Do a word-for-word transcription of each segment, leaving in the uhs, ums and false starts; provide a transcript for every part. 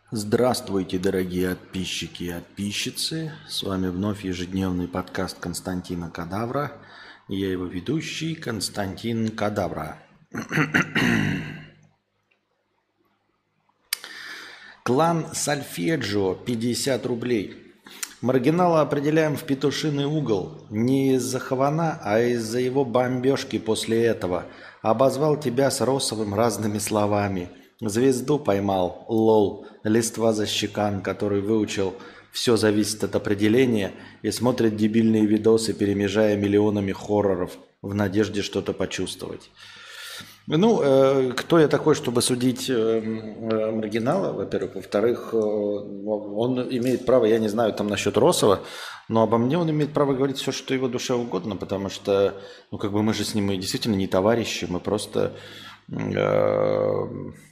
Здравствуйте, дорогие подписчики и подписчицы. С вами вновь ежедневный подкаст Константина Кадавра. И я его ведущий Константин Кадавра. Клан Сольфеджио пятьдесят рублей. Маргинала определяем в петушиный угол. Не из-за хавана, а из-за его бомбежки после этого. Обозвал тебя с Росовым разными словами. Звезду поймал, лол, листва за щекан, который выучил «Все зависит от определения» и смотрит дебильные видосы, перемежая миллионами хорроров в надежде что-то почувствовать. Ну, э, кто я такой, чтобы судить э, э, маргинала, во-первых. Во-вторых, э, он имеет право, я не знаю там насчет Росова, но обо мне он имеет право говорить все, что его душе угодно, потому что, ну, как бы мы же с ним и действительно не товарищи, мы просто... Э,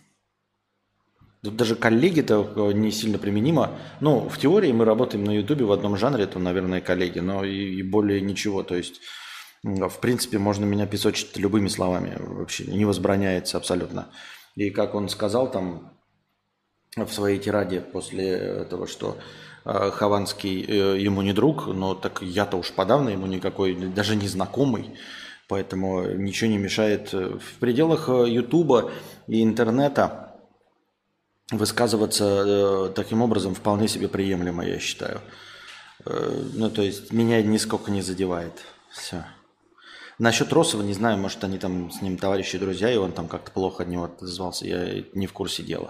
Тут даже коллеги-то не сильно применимо. Ну, в теории мы работаем на Ютубе в одном жанре, это, наверное, коллеги, но и, и более ничего. То есть, в принципе, можно меня песочить любыми словами. Вообще не возбраняется абсолютно. И как он сказал там в своей тираде после этого, что э, Хованский э, ему не друг, но так я-то уж подавно ему никакой, даже не знакомый. Поэтому ничего не мешает в пределах Ютуба и интернета высказываться э, таким образом вполне себе приемлемо, я считаю. Э, ну, то есть меня нисколько не задевает. Все. Насчет Росова, не знаю, может, они там с ним товарищи, друзья, и он там как-то плохо от него отозвался. Я не в курсе дела.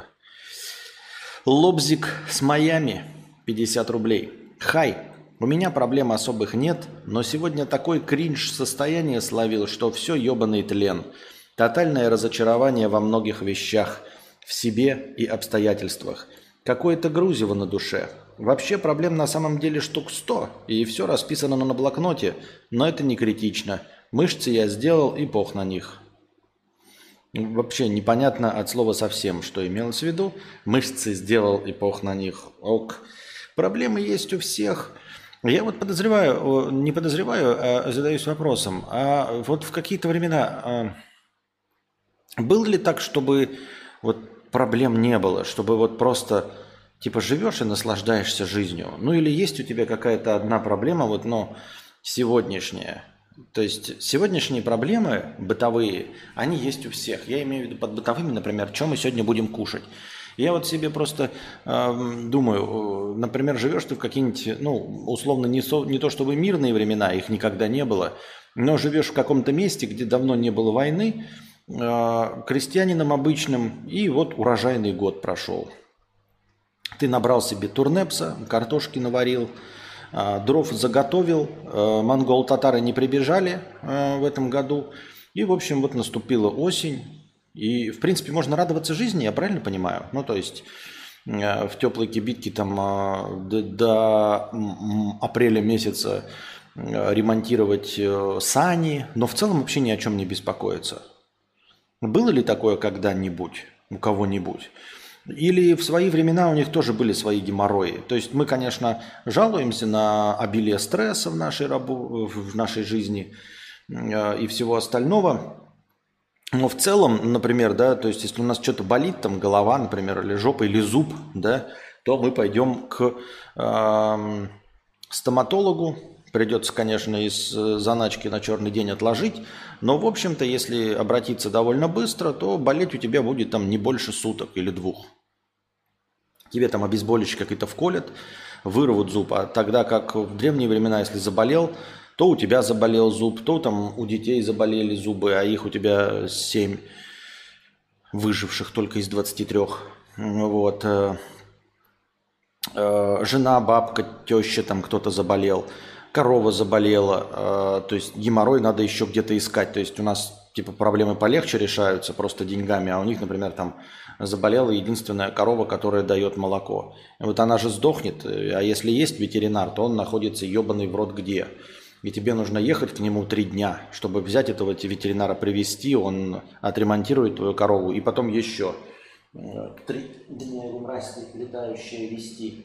Лобзик с Майами, пятьдесят рублей. Хай, у меня проблем особых нет, но сегодня такой кринж состояние словил, что все ебаный тлен. Тотальное разочарование во многих вещах. В себе и обстоятельствах. Какое-то грузево на душе. Вообще проблем на самом деле штук сто, и все расписано на блокноте, но это не критично. Мышцы я сделал и пох на них. Вообще непонятно от слова совсем, что имелось в виду. Мышцы сделал и пох на них. Ок. Проблемы есть у всех. Я вот подозреваю, не подозреваю, а задаюсь вопросом. А вот в какие-то времена было ли так, чтобы вот проблем не было, чтобы вот просто типа живешь и наслаждаешься жизнью? Ну или есть у тебя какая-то одна проблема, вот, но сегодняшняя. То есть сегодняшние проблемы бытовые, они есть у всех. Я имею в виду под бытовыми, например, что мы сегодня будем кушать. Я вот себе просто э, думаю, например, живешь ты в какие-нибудь, ну, условно, не, со, не то чтобы мирные времена, их никогда не было, но живешь в каком-то месте, где давно не было войны, крестьянином обычным, и вот урожайный год прошел. Ты набрал себе турнепса, картошки наварил, дров заготовил, монгол-татары не прибежали в этом году, и, в общем, вот наступила осень, и, в принципе, можно радоваться жизни, я правильно понимаю? Ну, то есть в теплой кибитке там до, до апреля месяца ремонтировать сани, но в целом вообще ни о чем не беспокоиться. Было ли такое когда-нибудь у кого-нибудь? Или в свои времена у них тоже были свои геморрои? То есть мы, конечно, жалуемся на обилие стресса в нашей, рабо- в нашей жизни э, и всего остального. Но в целом, например, да, то есть если у нас что-то болит, там голова, например, или жопа, или зуб, да, то мы пойдем к э, стоматологу. Придется, конечно, из заначки на черный день отложить. Но, в общем-то, если обратиться довольно быстро, то болеть у тебя будет там не больше суток или двух. Тебе там обезболивающие какие-то вколят, вырвут зуб. А тогда как в древние времена, если заболел, то у тебя заболел зуб, то там у детей заболели зубы, а их у тебя семь выживших только из двадцати трёх. Вот. Жена, бабка, теща, там кто-то заболел. Корова заболела, э, то есть геморрой надо еще где-то искать. То есть у нас типа проблемы полегче решаются просто деньгами, а у них, например, там заболела единственная корова, которая дает молоко. И вот она же сдохнет, а если есть ветеринар, то он находится ебаный в рот где. И тебе нужно ехать к нему три дня, чтобы взять этого ветеринара, привезти, он отремонтирует твою корову, и потом еще три дня его мразь летающие вести.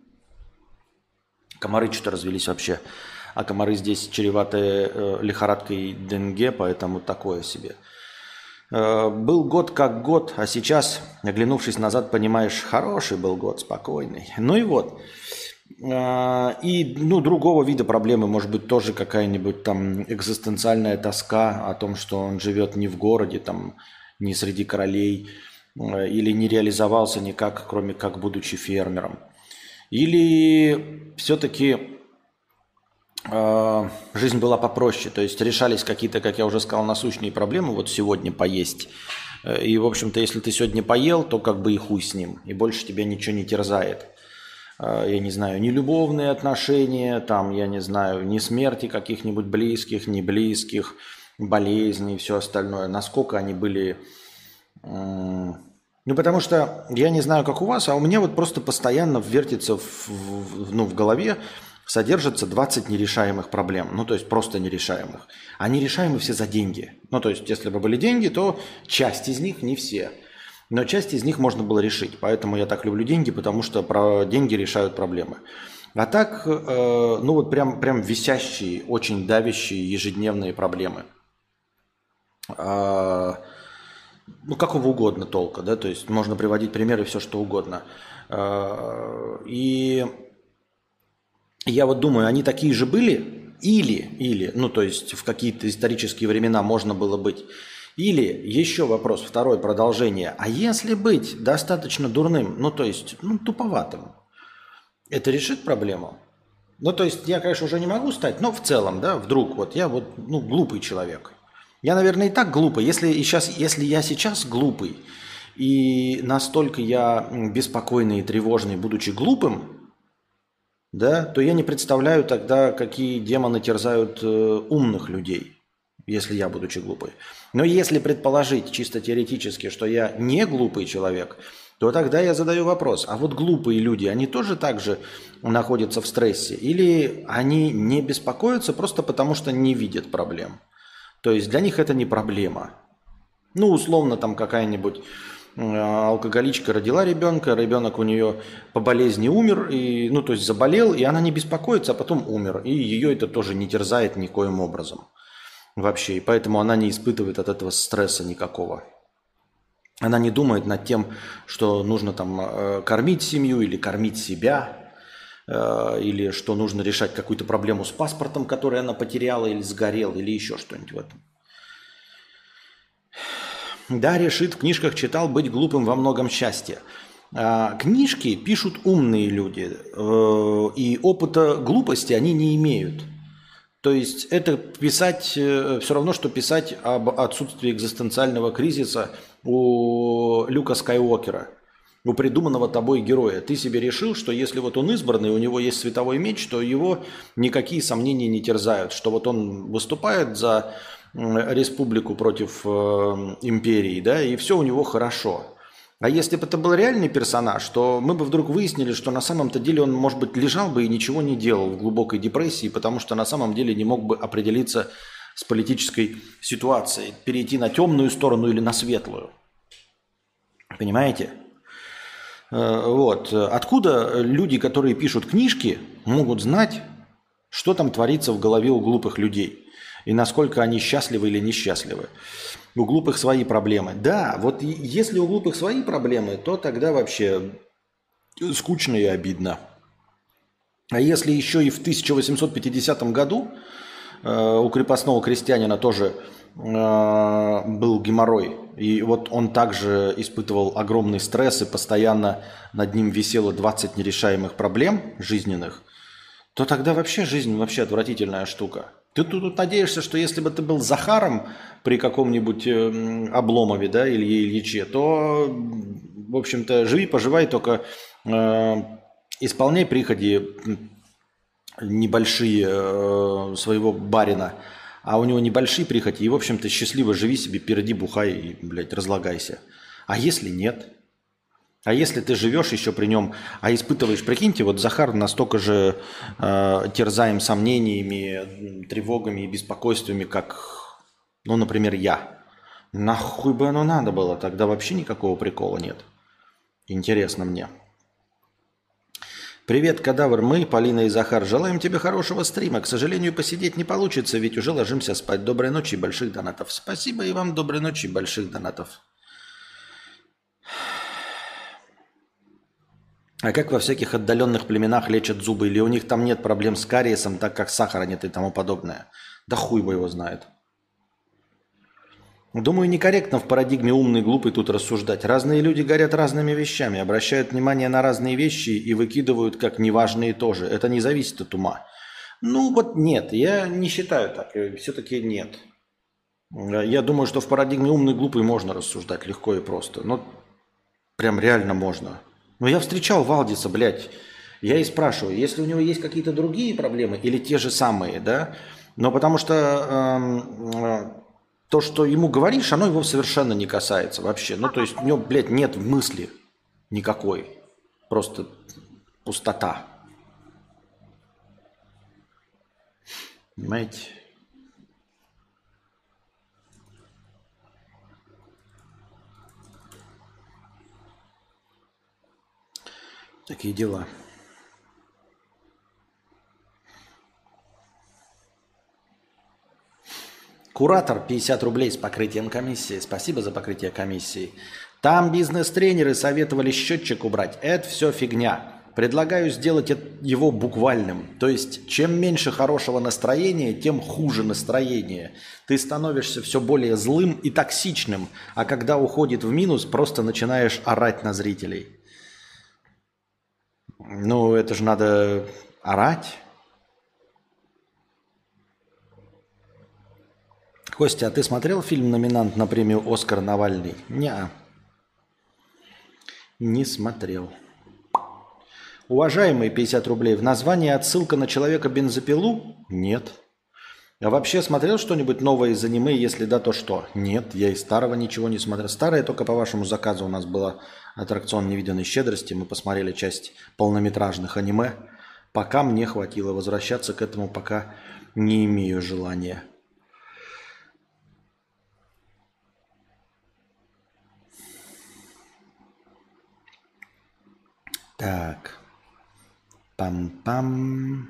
Комары что-то развелись вообще. А комары здесь чреваты э, лихорадкой денге, поэтому такое себе. Э, был год как год, а сейчас, оглянувшись назад, понимаешь, хороший был год, спокойный. Ну и вот. Э, и, ну, другого вида проблемы, может быть, тоже какая-нибудь там экзистенциальная тоска о том, что он живет не в городе, там, не среди королей, э, или не реализовался никак, кроме как будучи фермером. Или все-таки э, жизнь была попроще, то есть решались какие-то, как я уже сказал, насущные проблемы, вот сегодня поесть. Э, И, в общем-то, если ты сегодня поел, то как бы и хуй с ним, и больше тебя ничего не терзает. Э, Я не знаю, ни любовные отношения, там, я не знаю, ни смерти каких-нибудь близких, ни близких, болезни и все остальное. Насколько они были... м, Ну, потому что я не знаю, как у вас, а у меня вот просто постоянно вертится в, в- ну, в голове, содержится двадцать нерешаемых проблем. Ну, то есть просто нерешаемых. Они решаемы все за деньги. Ну, то есть если бы были деньги, то часть из них, не все. Но часть из них можно было решить. Поэтому я так люблю деньги, потому что про деньги решают проблемы. А так, э, ну вот прям, прям висящие, очень давящие ежедневные проблемы. А, ну, какого угодно толка, да, то есть можно приводить примеры, все что угодно. А, И я вот думаю, они такие же были? Или, или, ну, то есть в какие-то исторические времена можно было быть. Или еще вопрос, второе продолжение. А если быть достаточно дурным, ну, то есть, ну, туповатым, это решит проблему? Ну, то есть я, конечно, уже не могу стать, но в целом, да, вдруг вот я вот, ну, глупый человек. Я, наверное, и так глупый. Если, и сейчас, если я сейчас глупый, и настолько я м, беспокойный и тревожный, будучи глупым, да, то я не представляю тогда, какие демоны терзают э, умных людей, если я, будучи глупый. Но если предположить чисто теоретически, что я не глупый человек, то тогда я задаю вопрос, а вот глупые люди, они тоже так же находятся в стрессе? Или они не беспокоятся просто потому, что не видят проблем? То есть для них это не проблема. Ну, условно, там какая-нибудь э, алкоголичка родила ребенка, ребенок у нее по болезни умер, и, ну, то есть заболел, и она не беспокоится, а потом умер. И ее это тоже не терзает никоим образом вообще. И поэтому она не испытывает от этого стресса никакого. Она не думает над тем, что нужно там э, кормить семью или кормить себя, э, или что нужно решать какую-то проблему с паспортом, который она потеряла или сгорел, или еще что-нибудь в этом. Да, решит, в книжках читал, быть глупым во многом счастье. А, книжки пишут умные люди, э, и опыта глупости они не имеют. То есть это писать, э, все равно, что писать об отсутствии экзистенциального кризиса у Люка Скайуокера, у придуманного тобой героя. Ты себе решил, что если вот он избранный, у него есть световой меч, то его никакие сомнения не терзают, что вот он выступает за м, республику против э, империи, да, и все у него хорошо. А если бы это был реальный персонаж, то мы бы вдруг выяснили, что на самом-то деле он, может быть, лежал бы и ничего не делал в глубокой депрессии, потому что на самом деле не мог бы определиться с политической ситуацией, перейти на темную сторону или на светлую. Понимаете? Э, Вот. Откуда люди, которые пишут книжки, могут знать, что там творится в голове у глупых людей? И насколько они счастливы или несчастливы. У глупых свои проблемы. Да, вот и- если у глупых свои проблемы, то тогда вообще скучно и обидно. А если еще и в тысяча восемьсот пятидесятом году э, у крепостного крестьянина тоже э, был геморрой, и вот он также испытывал огромный стресс, и постоянно над ним висело двадцать нерешаемых проблем жизненных, то тогда вообще жизнь вообще отвратительная штука. Ты тут, тут надеешься, что если бы ты был Захаром при каком-нибудь э, м, Обломове, да, Илье Ильиче, то, м, в общем-то, живи, поживай, только э, исполняй приходи м, небольшие э, своего барина, а у него небольшие прихоти, и, в общем-то, счастливо живи себе, перди, бухай и, блядь, разлагайся. А если нет? А если ты живешь еще при нем, а испытываешь, прикиньте, вот Захар настолько же э, терзаем сомнениями, м, тревогами и беспокойствами, как, ну, например, я. Нахуй бы оно надо было, тогда вообще никакого прикола нет. Интересно мне. Привет, кадавр. Мы, Полина и Захар, желаем тебе хорошего стрима. К сожалению, посидеть не получится, ведь уже ложимся спать. Доброй ночи и больших донатов. Спасибо и вам доброй ночи и больших донатов. А как во всяких отдаленных племенах лечат зубы? Или у них там нет проблем с кариесом, так как сахара нет и тому подобное? Да хуй бы его знает. Думаю, некорректно в парадигме умный и глупый тут рассуждать. Разные люди горят разными вещами, обращают внимание на разные вещи и выкидывают как неважные тоже. Это не зависит от ума. Ну вот нет, я не считаю так. Все-таки нет. Я думаю, что в парадигме умный и глупый можно рассуждать легко и просто. Ну, прям реально можно. Но я встречал Валдиса, блядь. Я и спрашиваю, если у него есть какие-то другие проблемы или те же самые, да? Но потому что... Эм, то, что ему говоришь, оно его совершенно не касается вообще. Ну, то есть у него, блядь, нет мысли никакой. Просто пустота. Понимаете? Такие дела. Куратор пятьдесят рублей с покрытием комиссии. Спасибо за покрытие комиссии. Там бизнес-тренеры советовали счетчик убрать. Это все фигня. Предлагаю сделать его буквальным. То есть, чем меньше хорошего настроения, тем хуже настроение. Ты становишься все более злым и токсичным. А когда уходит в минус, просто начинаешь орать на зрителей. Ну, это же надо орать. Костя, а ты смотрел фильм «Номинант на премию «Оскар» Навальный»? Неа. Не смотрел. Уважаемые пятьдесят рублей, в названии отсылка на человека-бензопилу? Нет. А вообще смотрел что-нибудь новое из аниме? Если да, то что? Нет, я из старого ничего не смотрел. Старое только по вашему заказу у нас было аттракцион невиданной щедрости. Мы посмотрели часть полнометражных аниме. Пока мне хватило. Возвращаться к этому пока не имею желания. Так. Пам-пам.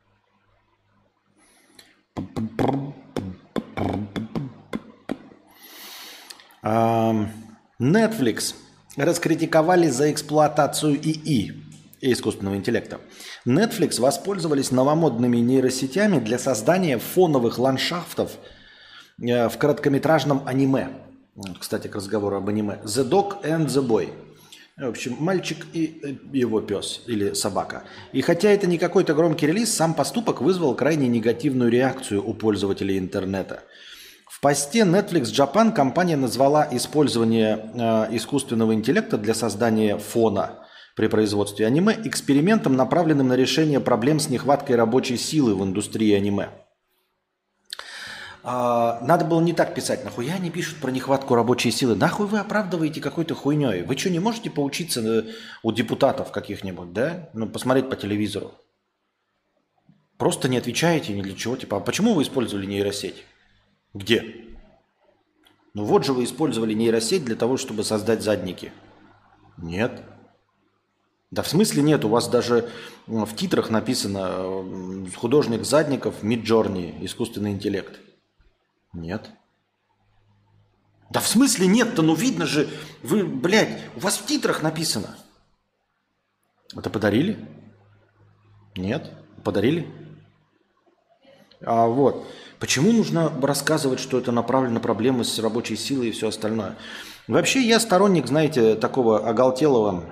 Netflix раскритиковали за эксплуатацию ИИ, искусственного интеллекта. Netflix воспользовались новомодными нейросетями для создания фоновых ландшафтов в короткометражном аниме. Кстати, к разговору об аниме. The Dog and the Boy. В общем, мальчик и его пес или собака. И хотя это не какой-то громкий релиз, сам поступок вызвал крайне негативную реакцию у пользователей интернета. В посте Netflix Japan компания назвала использование э, искусственного интеллекта для создания фона при производстве аниме экспериментом, направленным на решение проблем с нехваткой рабочей силы в индустрии аниме. А, надо было не так писать. Нахуя они пишут про нехватку рабочей силы? Нахуй вы оправдываете какой-то хуйней? Вы что, не можете поучиться у депутатов каких-нибудь, да? Ну, посмотреть по телевизору. Просто не отвечаете ни для чего. Типа, а почему вы использовали нейросеть? Где? Ну вот же вы использовали нейросеть для того, чтобы создать задники. Нет. Да в смысле нет? У вас даже в титрах написано художник задников Midjourney, искусственный интеллект. Нет. Да в смысле нет-то? Ну видно же, вы, блядь, у вас в титрах написано. Это подарили? Нет. Подарили? А вот. Почему нужно рассказывать, что это направлено на проблемы с рабочей силой и все остальное? Вообще я сторонник, знаете, такого оголтелого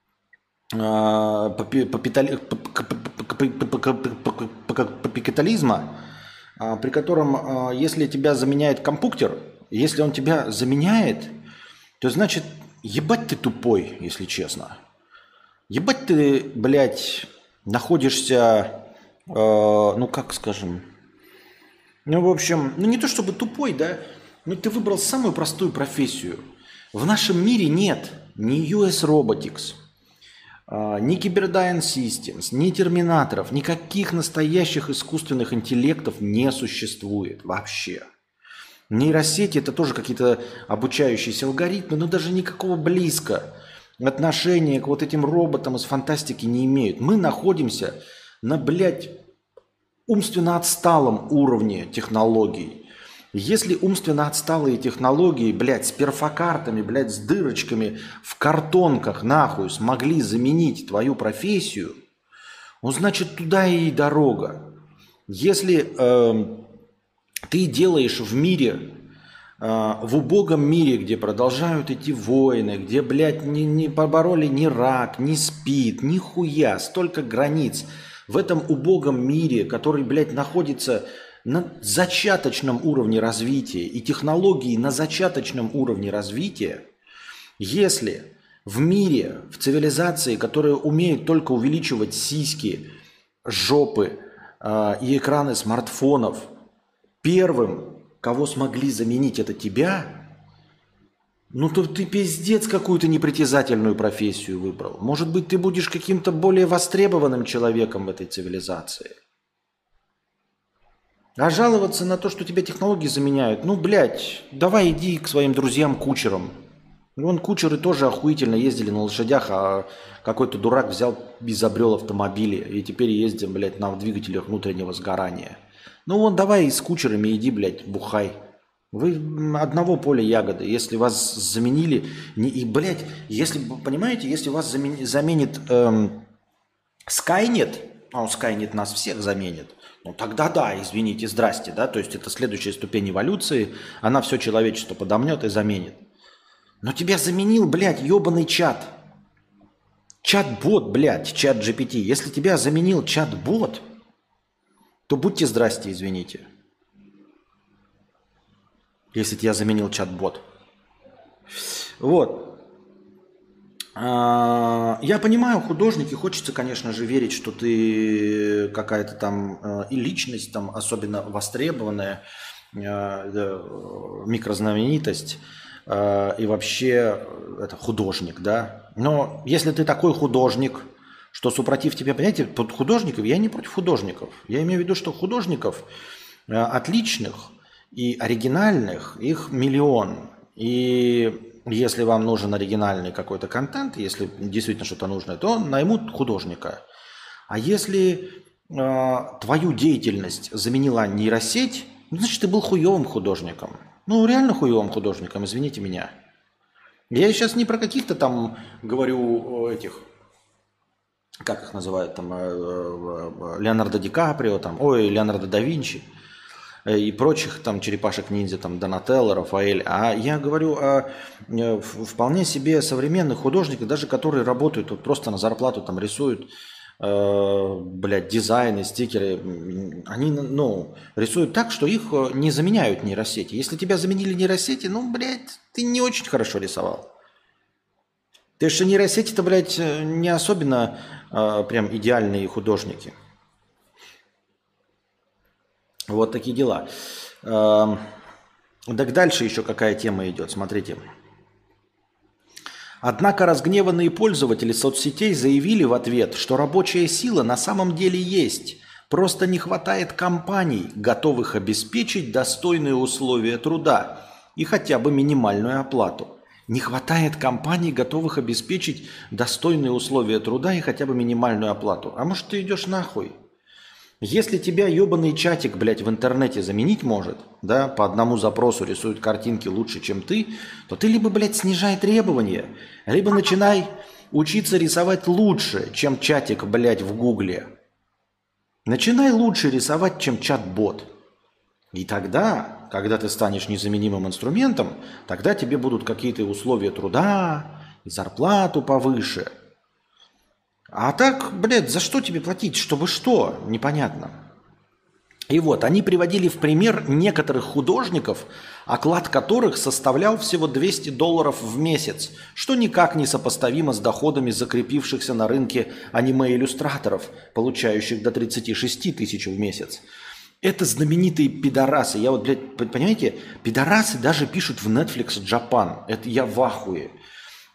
капитализма, при котором, если тебя заменяет компьютер, если он тебя заменяет, то значит, ебать ты тупой, если честно. Ебать ты, блядь, находишься, ну как скажем... Ну, в общем, ну не то чтобы тупой, да, но ты выбрал самую простую профессию. В нашем мире нет ни ю эс Robotics, ни Cyberdyne Systems, ни терминаторов, никаких настоящих искусственных интеллектов не существует вообще. Нейросети – это тоже какие-то обучающиеся алгоритмы, но даже никакого близко отношения к вот этим роботам из фантастики не имеют. Мы находимся на, блядь, умственно отсталом уровне технологий. Если умственно отсталые технологии, блядь, с перфокартами, блядь, с дырочками в картонках, нахуй, смогли заменить твою профессию, ну, значит, туда и дорога. Если э, ты делаешь в мире, э, в убогом мире, где продолжают идти войны, где, блядь, не, не побороли ни рак, ни СПИД, ни хуя, столько границ, в этом убогом мире, который, блядь, находится на зачаточном уровне развития и технологии на зачаточном уровне развития, если в мире, в цивилизации, которая умеет только увеличивать сиськи, жопы э, и экраны смартфонов, первым, кого смогли заменить, это тебя, ну то ты пиздец какую-то непритязательную профессию выбрал. Может быть, ты будешь каким-то более востребованным человеком в этой цивилизации. А жаловаться на то, что тебя технологии заменяют, ну, блядь, давай иди к своим друзьям-кучерам. Вон кучеры тоже охуительно ездили на лошадях, а какой-то дурак взял и изобрел автомобили, и теперь ездим, блядь, на двигателях внутреннего сгорания. Ну, вон давай и с кучерами иди, блядь, бухай. Вы одного поля ягоды. Если вас заменили, не, и, блядь, если, понимаете, если вас замен, заменит эм, Skynet, а он Skynet нас всех заменит, ну тогда да, извините, здрасте, да, то есть это следующая ступень эволюции, она все человечество подомнет и заменит. Но тебя заменил, блядь, ебаный чат. Чат-бот, блядь, чат джи пи ти. Если тебя заменил чат-бот, то будьте здрасте, извините. Если тебя заменил чат-бот. Вот. Я понимаю, художники, хочется, конечно же, верить, что ты какая-то там и личность, там особенно востребованная, микрознаменитость, и вообще это художник, да. Но если ты такой художник, что супротив тебя, понимаете, под художников, я не против художников. Я имею в виду, что художников отличных и оригинальных, их миллион. И если вам нужен оригинальный какой-то контент, если действительно что-то нужно, то наймут художника. А если э, твою деятельность заменила нейросеть, ну, значит, ты был хуевым художником. Ну, реально хуевым художником, извините меня. Я сейчас не про каких-то там говорю этих, как их называют, там, э, э, Леонардо Ди Каприо, там, ой, Леонардо да Винчи и прочих там черепашек-ниндзя, там Донателло, Рафаэль. А я говорю о э, вполне себе современных художниках, даже которые работают вот просто на зарплату, там рисуют, э, блядь, дизайны, стикеры. Они, ну, рисуют так, что их не заменяют нейросети. Если тебя заменили нейросети, ну, блядь, ты не очень хорошо рисовал. Ты что нейросети-то, блядь, не особенно э, прям идеальные художники. Вот такие дела. Так дальше еще какая тема идет, смотрите. Однако разгневанные пользователи соцсетей заявили в ответ, что рабочая сила на самом деле есть. Просто не хватает компаний, готовых обеспечить достойные условия труда и хотя бы минимальную оплату. Не хватает компаний, готовых обеспечить достойные условия труда и хотя бы минимальную оплату. А может, ты идешь нахуй? Если тебя ебаный чатик, блядь, в интернете заменить может, да, по одному запросу рисуют картинки лучше, чем ты, то ты либо, блядь, снижай требования, либо начинай учиться рисовать лучше, чем чатик, блядь, в Гугле. Начинай лучше рисовать, чем чат-бот. И тогда, когда ты станешь незаменимым инструментом, тогда тебе будут какие-то условия труда, зарплату повыше. А так, блядь, за что тебе платить? Чтобы что? Непонятно. И вот, они приводили в пример некоторых художников, оклад которых составлял всего двести долларов в месяц, что никак не сопоставимо с доходами закрепившихся на рынке аниме-иллюстраторов, получающих до тридцати шести тысяч в месяц. Это знаменитые пидорасы. Я вот, блядь, понимаете, пидорасы даже пишут в Netflix Japan. Это я в ахуе.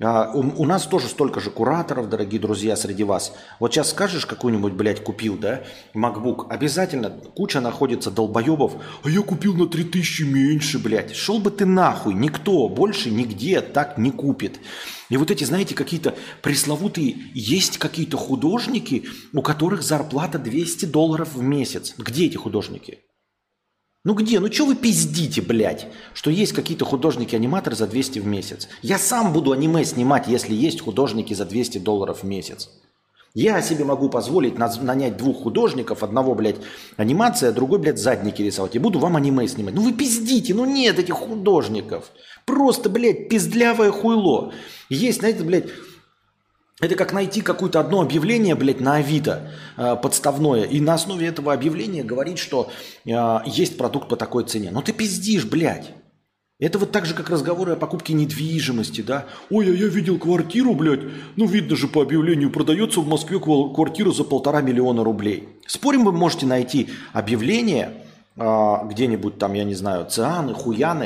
А, у, у нас тоже столько же кураторов, дорогие друзья, среди вас. Вот сейчас скажешь, какой-нибудь, блядь, купил, да, MacBook, обязательно куча находится долбоебов. А я купил на три тысячи меньше, блядь. Шел бы ты нахуй, никто больше нигде так не купит. И вот эти, знаете, какие-то пресловутые, есть какие-то художники, у которых зарплата двести долларов в месяц. Где эти художники? Ну где? Ну что вы пиздите, блядь, что есть какие-то художники-аниматоры за двести в месяц? Я сам буду аниме снимать, если есть художники за двести долларов в месяц. Я себе могу позволить нанять двух художников, одного, блядь, анимация, другой, блядь, задники рисовать. И буду вам аниме снимать. Ну вы пиздите, ну нет этих художников. Просто, блядь, пиздлявое хуйло. Есть, знаете, блядь, это как найти какое-то одно объявление, блядь, на Авито э, подставное, и на основе этого объявления говорить, что э, есть продукт по такой цене. Ну ты пиздишь, блядь. Это вот так же, как разговоры о покупке недвижимости, да? Ой, а я видел квартиру, блядь. Ну, видно же по объявлению, продается в Москве квартира за полтора миллиона рублей. Спорим, вы можете найти объявление э, где-нибудь там, я не знаю, Цианы, Хуяны.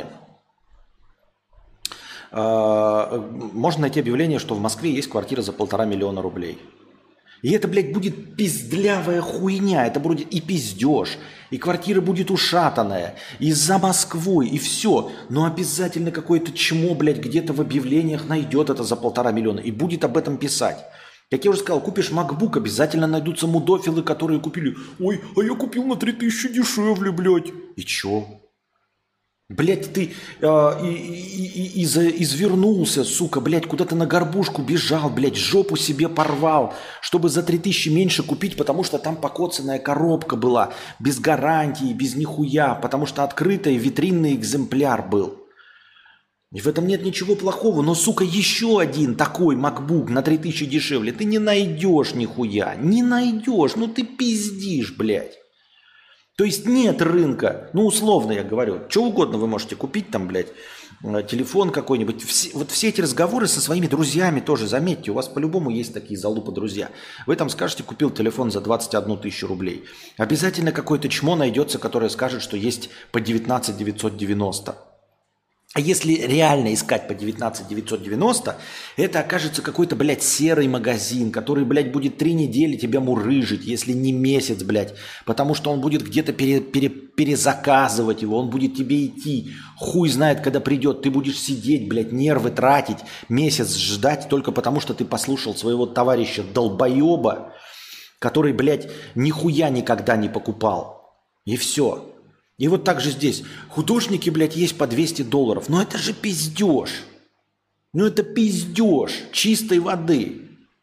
Можно найти объявление, что в Москве есть квартира за полтора миллиона рублей. И это, блядь, будет пиздлявая хуйня. Это будет и пиздеж, и квартира будет ушатанная, и за Москвой, и все. Но обязательно какое-то чмо, блядь, где-то в объявлениях найдет это за полтора миллиона и будет об этом писать. Как я уже сказал, купишь MacBook, обязательно найдутся мудофилы, которые купили. Ой, а я купил на три тысячи дешевле, блядь. И чё? Блядь, ты э, и, и, и, из, извернулся, сука, блядь, куда-то на горбушку бежал, блядь, жопу себе порвал, чтобы за три тысячи меньше купить, потому что там покоцанная коробка была, без гарантии, без нихуя, потому что открытый витринный экземпляр был. И в этом нет ничего плохого, но, сука, еще один такой MacBook на три тысячи дешевле ты не найдешь нихуя, не найдешь, ну ты пиздишь, блядь. То есть нет рынка, ну условно я говорю, что угодно вы можете купить там, блядь, телефон какой-нибудь. Все, вот все эти разговоры со своими друзьями тоже, заметьте, у вас по-любому есть такие залупы друзья. Вы там скажете, купил телефон за двадцать одну тысячу рублей. Обязательно какое-то чмо найдется, которое скажет, что есть по девятнадцать девятьсот девяносто. А если реально искать по девятнадцать девятьсот девяносто, это окажется какой-то, блядь, серый магазин, который, блядь, будет три недели тебя мурыжить, если не месяц, блядь, потому что он будет где-то пере, пере, перезаказывать его, он будет тебе идти, хуй знает, когда придет, ты будешь сидеть, блядь, нервы тратить, месяц ждать только потому, что ты послушал своего товарища долбоеба, который, блядь, нихуя никогда не покупал. И все. И вот так же здесь. Художники, блядь, есть по двести долларов. Но это же пиздеж. Ну это пиздеж чистой воды.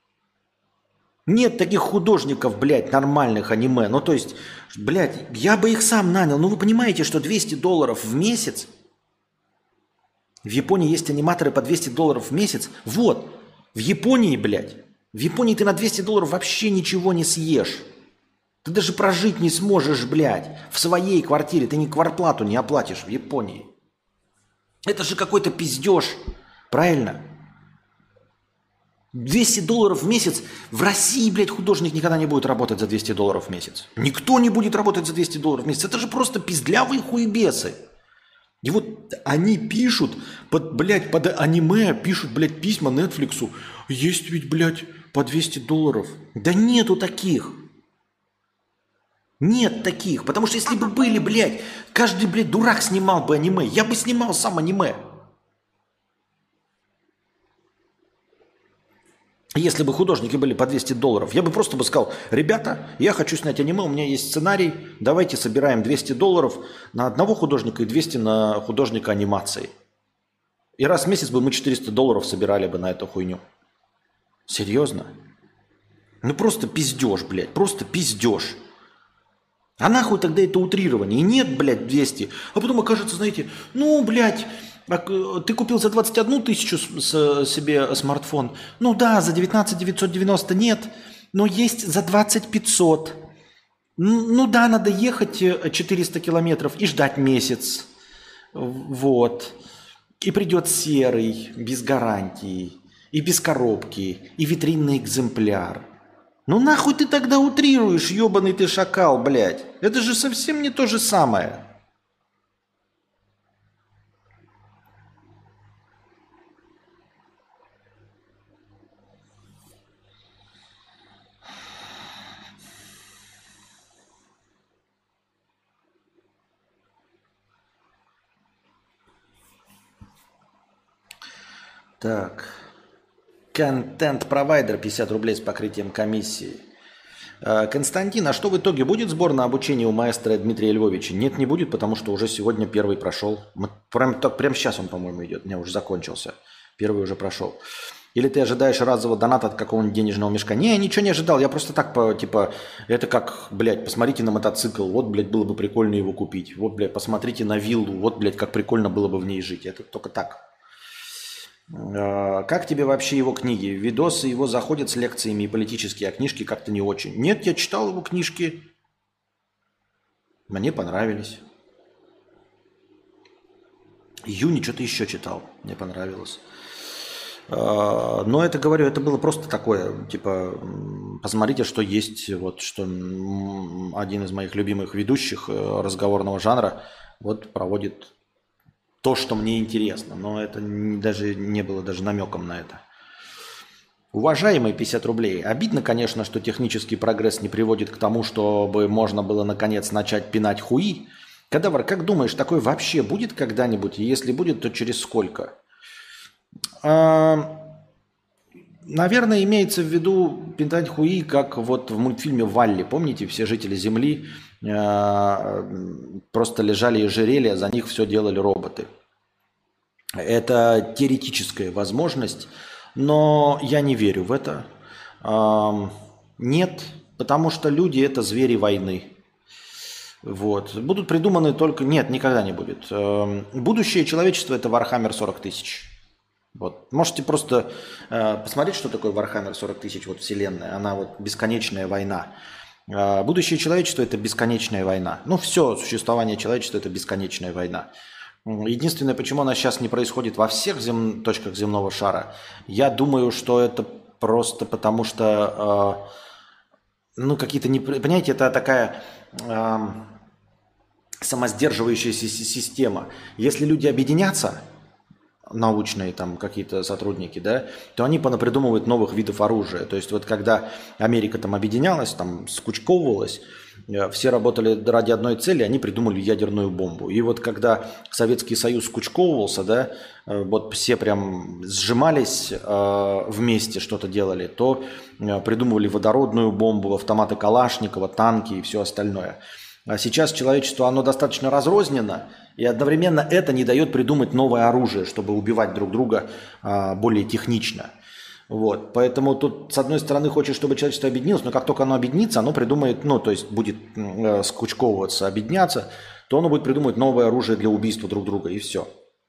Нет таких художников, блядь, нормальных аниме. Ну то есть, блядь, я бы их сам нанял. Ну вы понимаете, что двести долларов в месяц? В Японии есть аниматоры по двести долларов в месяц. Вот, в Японии, блядь. В Японии ты на двести долларов вообще ничего не съешь. Ты даже прожить не сможешь, блядь, в своей квартире. Ты ни квартплату не оплатишь в Японии. Это же какой-то пиздеж. Правильно? двести долларов в месяц. В России, блядь, художник никогда не будет работать за двести долларов в месяц. Никто не будет работать за двести долларов в месяц. Это же просто пиздлявые хуебесы. И вот они пишут, под, блядь, под аниме пишут, блядь, письма Нетфликсу. Есть ведь, блядь, по двести долларов. Да нету таких. Нет таких, потому что если бы были, блядь, каждый, блядь, дурак снимал бы аниме, я бы снимал сам аниме. Если бы художники были по двести долларов, я бы просто бы сказал, ребята, я хочу снять аниме, у меня есть сценарий, давайте собираем двести долларов на одного художника и двести на художника анимации. И раз в месяц бы мы четыреста долларов собирали бы на эту хуйню. Серьезно? Ну просто пиздеж, блядь, просто пиздеж. А нахуй тогда это утрирование? И нет, блядь, двести. А потом окажется, знаете, ну, блядь, ты купил за двадцать одну тысячу с, себе смартфон. Ну да, за девятнадцать девятьсот девяносто нет, но есть за двадцать пятьсот. Ну да, надо ехать четыреста километров и ждать месяц. Вот. И придет серый, без гарантии, и без коробки, и витринный экземпляр. Ну нахуй ты тогда утрируешь, ебаный ты шакал, блядь? Это же совсем не то же самое. Так. Контент-провайдер пятьдесят рублей с покрытием комиссии. Э, Константин, а что в итоге будет сбор на обучение у маэстро Дмитрия Львовича? Нет, не будет, потому что уже сегодня первый прошел. Мы, прям, так, прямо сейчас он, по-моему, идет. У меня уже закончился. Первый уже прошел. Или ты ожидаешь разового доната от какого-нибудь денежного мешка? Не, я ничего не ожидал. Я просто так, по, типа, это как, блядь, посмотрите на мотоцикл. Вот, блядь, было бы прикольно его купить. Вот, блядь, посмотрите на виллу. Вот, блядь, как прикольно было бы в ней жить. Это только так. Э, Как тебе вообще его книги? Видосы его заходят с лекциями и политические, а книжки как-то не очень. Нет, я читал его книжки. Мне понравились. Юни что-то еще читал. Мне понравилось. Э, Но это, говорю, это было просто такое, типа, м, посмотрите, что есть, вот, что м, один из моих любимых ведущих э, разговорного жанра вот проводит то, что мне интересно, но это не- даже не было даже намеком на это. Уважаемый пятьдесят рублей, обидно, конечно, что технический прогресс не приводит к тому, чтобы можно было наконец начать пинать хуи. Кадавр, как думаешь, такое вообще будет когда-нибудь? И если будет, то через сколько? А, Наверное, имеется в виду пинать хуи, как вот в мультфильме «Валли». Помните, все жители Земли э, просто лежали и жирели, а за них все делали роботы. Это теоретическая возможность, но я не верю в это. Ам, Нет, потому что люди– это звери войны. Вот. Будут придуманы только… Нет, никогда не будет. Эм, Будущее человечества– это Warhammer сорок тысяч. Вот. Можете просто э, посмотреть, что такое Warhammer сорок тысяч, вот вселенная. Она вот бесконечная война. Э, будущее человечества– это бесконечная война. Ну, все существование человечества– это бесконечная война. М, Единственное, почему она сейчас не происходит во всех зем- точках земного шара, я думаю, что это просто потому, что, э, ну, какие-то, не, понимаете, это такая… эм, самосдерживающаяся си- система. Если люди объединятся, научные там какие-то сотрудники, да, то они понапридумывают новых видов оружия. То есть вот когда Америка там объединялась, там скучковывалась, э, все работали ради одной цели, они придумали ядерную бомбу. И вот когда Советский Союз скучковывался, да, э, вот все прям сжимались э, вместе, что-то делали, то э, придумывали водородную бомбу, автоматы Калашникова, танки и все остальное. А сейчас человечество, оно достаточно разрознено, и одновременно это не дает придумать новое оружие, чтобы убивать друг друга а, более технично. Вот. Поэтому тут, с одной стороны, хочет, чтобы человечество объединилось, но как только оно объединится, оно придумает, ну, то есть будет э, скучковываться, объединяться, то оно будет придумывать новое оружие для убийства друг друга, и все.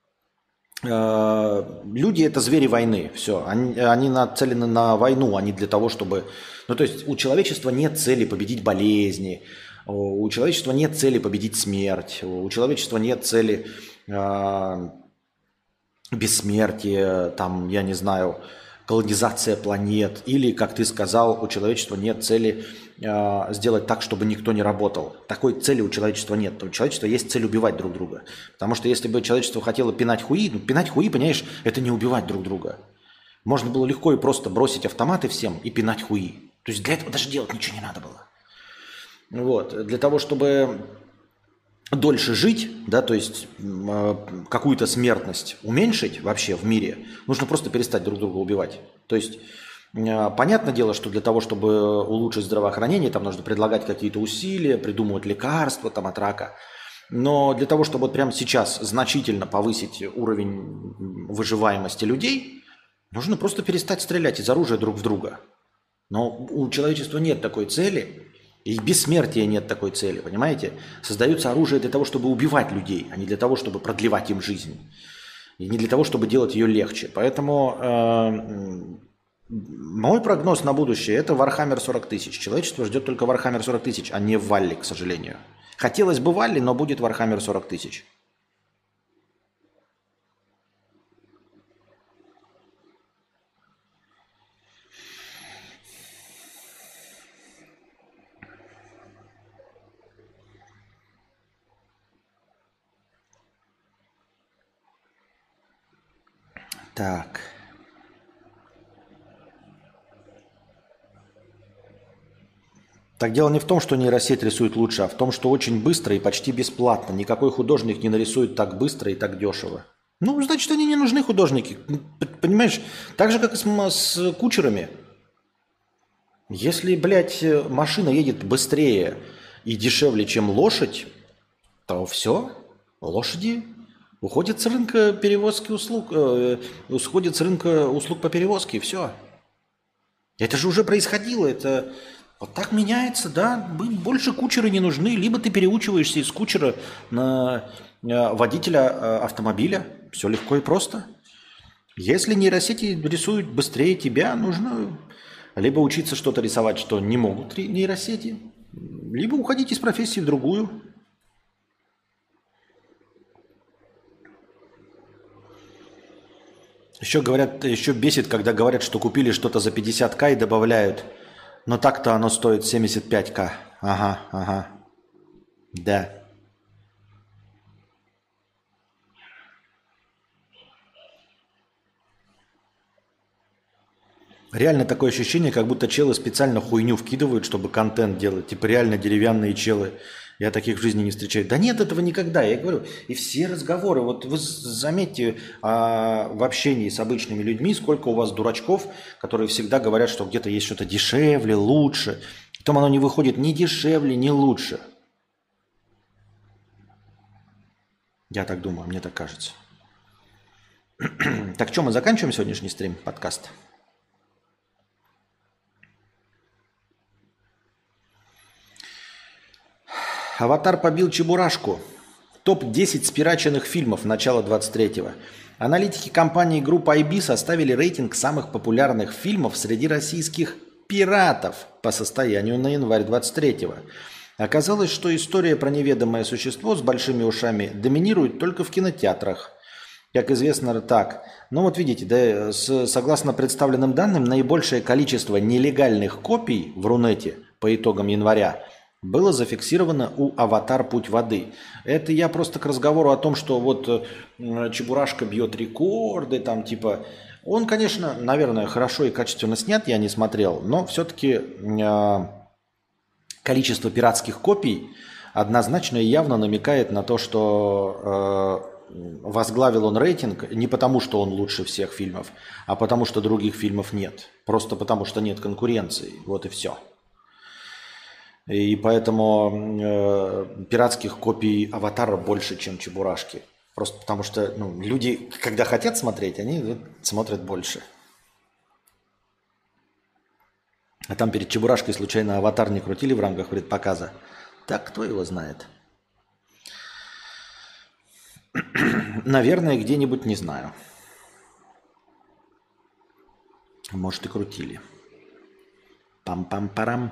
Э, Люди– это звери войны, все. Они, они нацелены на войну, а не для того, чтобы… Ну, то есть у человечества нет цели победить болезни, у у человечества нет цели победить смерть, у человечества нет цели э, бессмертия, там, я не знаю, колонизация планет. Или, как ты сказал, у человечества нет цели э, сделать так, чтобы никто не работал. Такой цели у человечества нет. У человечества есть цель убивать друг друга. Потому что если бы человечество хотело пинать хуи, ну, пинать хуи, понимаешь, это не убивать друг друга. Можно было легко и просто бросить автоматы всем и пинать хуи. То есть для этого даже делать ничего не надо было. Вот. Для того, чтобы дольше жить, да, то есть м, э, какую-то смертность уменьшить вообще в мире, нужно просто перестать друг друга убивать. То есть э, понятное дело, что для того, чтобы улучшить здравоохранение, там нужно предлагать какие-то усилия, придумывать лекарства там, от рака. Но для того, чтобы вот прямо сейчас значительно повысить уровень выживаемости людей, нужно просто перестать стрелять из оружия друг в друга. Но у человечества нет такой цели, и бессмертия нет такой цели, понимаете? Создаются оружие для того, чтобы убивать людей, а не для того, чтобы продлевать им жизнь. И не для того, чтобы делать ее легче. Поэтому э, мой прогноз на будущее– это Warhammer сорок тысяч. Человечество ждет только Warhammer сорок тысяч, а не Валли, к сожалению. Хотелось бы Валли, но будет Warhammer сорок тысяч. Так. Так дело не в том, что нейросеть рисует лучше, а в том, что очень быстро и почти бесплатно. Никакой художник не нарисует так быстро и так дешево. Ну, значит, они не нужны, художники. Понимаешь? Так же, как и с, с кучерами. Если, блядь, машина едет быстрее и дешевле, чем лошадь, то все, лошади уходят с рынка перевозки услуг, э, уходят с рынка услуг по перевозке, все. Это же уже происходило, это вот так меняется, да, больше кучеры не нужны, либо ты переучиваешься из кучера на э, водителя э, автомобиля, все легко и просто. Если нейросети рисуют быстрее тебя, нужно либо учиться что-то рисовать, что не могут нейросети, либо уходить из профессии в другую. Еще говорят, еще бесит, когда говорят, что купили что-то за пятьдесят тысяч и добавляют. Но так-то оно стоит семьдесят пять тысяч. Ага, ага. Да. Реально такое ощущение, как будто челы специально хуйню вкидывают, чтобы контент делать. Типа реально деревянные челы. Я таких в жизни не встречаю. Да нет этого никогда, я говорю. И все разговоры, вот вы заметьте а, в общении с обычными людьми, сколько у вас дурачков, которые всегда говорят, что где-то есть что-то дешевле, лучше. Потом оно не выходит ни дешевле, ни лучше. Я так думаю, мне так кажется. Так что, мы заканчиваем сегодняшний стрим, подкаст? «Аватар» побил «Чебурашку». топ десять спираченных фильмов начала двадцать третьего. Аналитики компании Group ай би составили рейтинг самых популярных фильмов среди российских пиратов по состоянию на январь двадцать третьего. Оказалось, что история про неведомое существо с большими ушами доминирует только в кинотеатрах. Как известно, так. Ну вот видите, да, с, согласно представленным данным, наибольшее количество нелегальных копий в Рунете по итогам января было зафиксировано у «Аватар. Путь воды». Это я просто к разговору о том, что вот э, Чебурашка бьет рекорды, там типа... Он, конечно, наверное, хорошо и качественно снят, я не смотрел, но все-таки э, количество пиратских копий однозначно и явно намекает на то, что э, возглавил он рейтинг не потому, что он лучше всех фильмов, а потому, что других фильмов нет. Просто потому, что нет конкуренции. Вот и все. И поэтому э, пиратских копий «Аватара» больше, чем «Чебурашки». Просто потому что ну, люди, когда хотят смотреть, они вот, смотрят больше. А там перед «Чебурашкой» случайно «Аватар» не крутили в рамках предпоказа. Так, кто его знает? Наверное, где-нибудь, не знаю. Может, и крутили. Пам-пам-парам.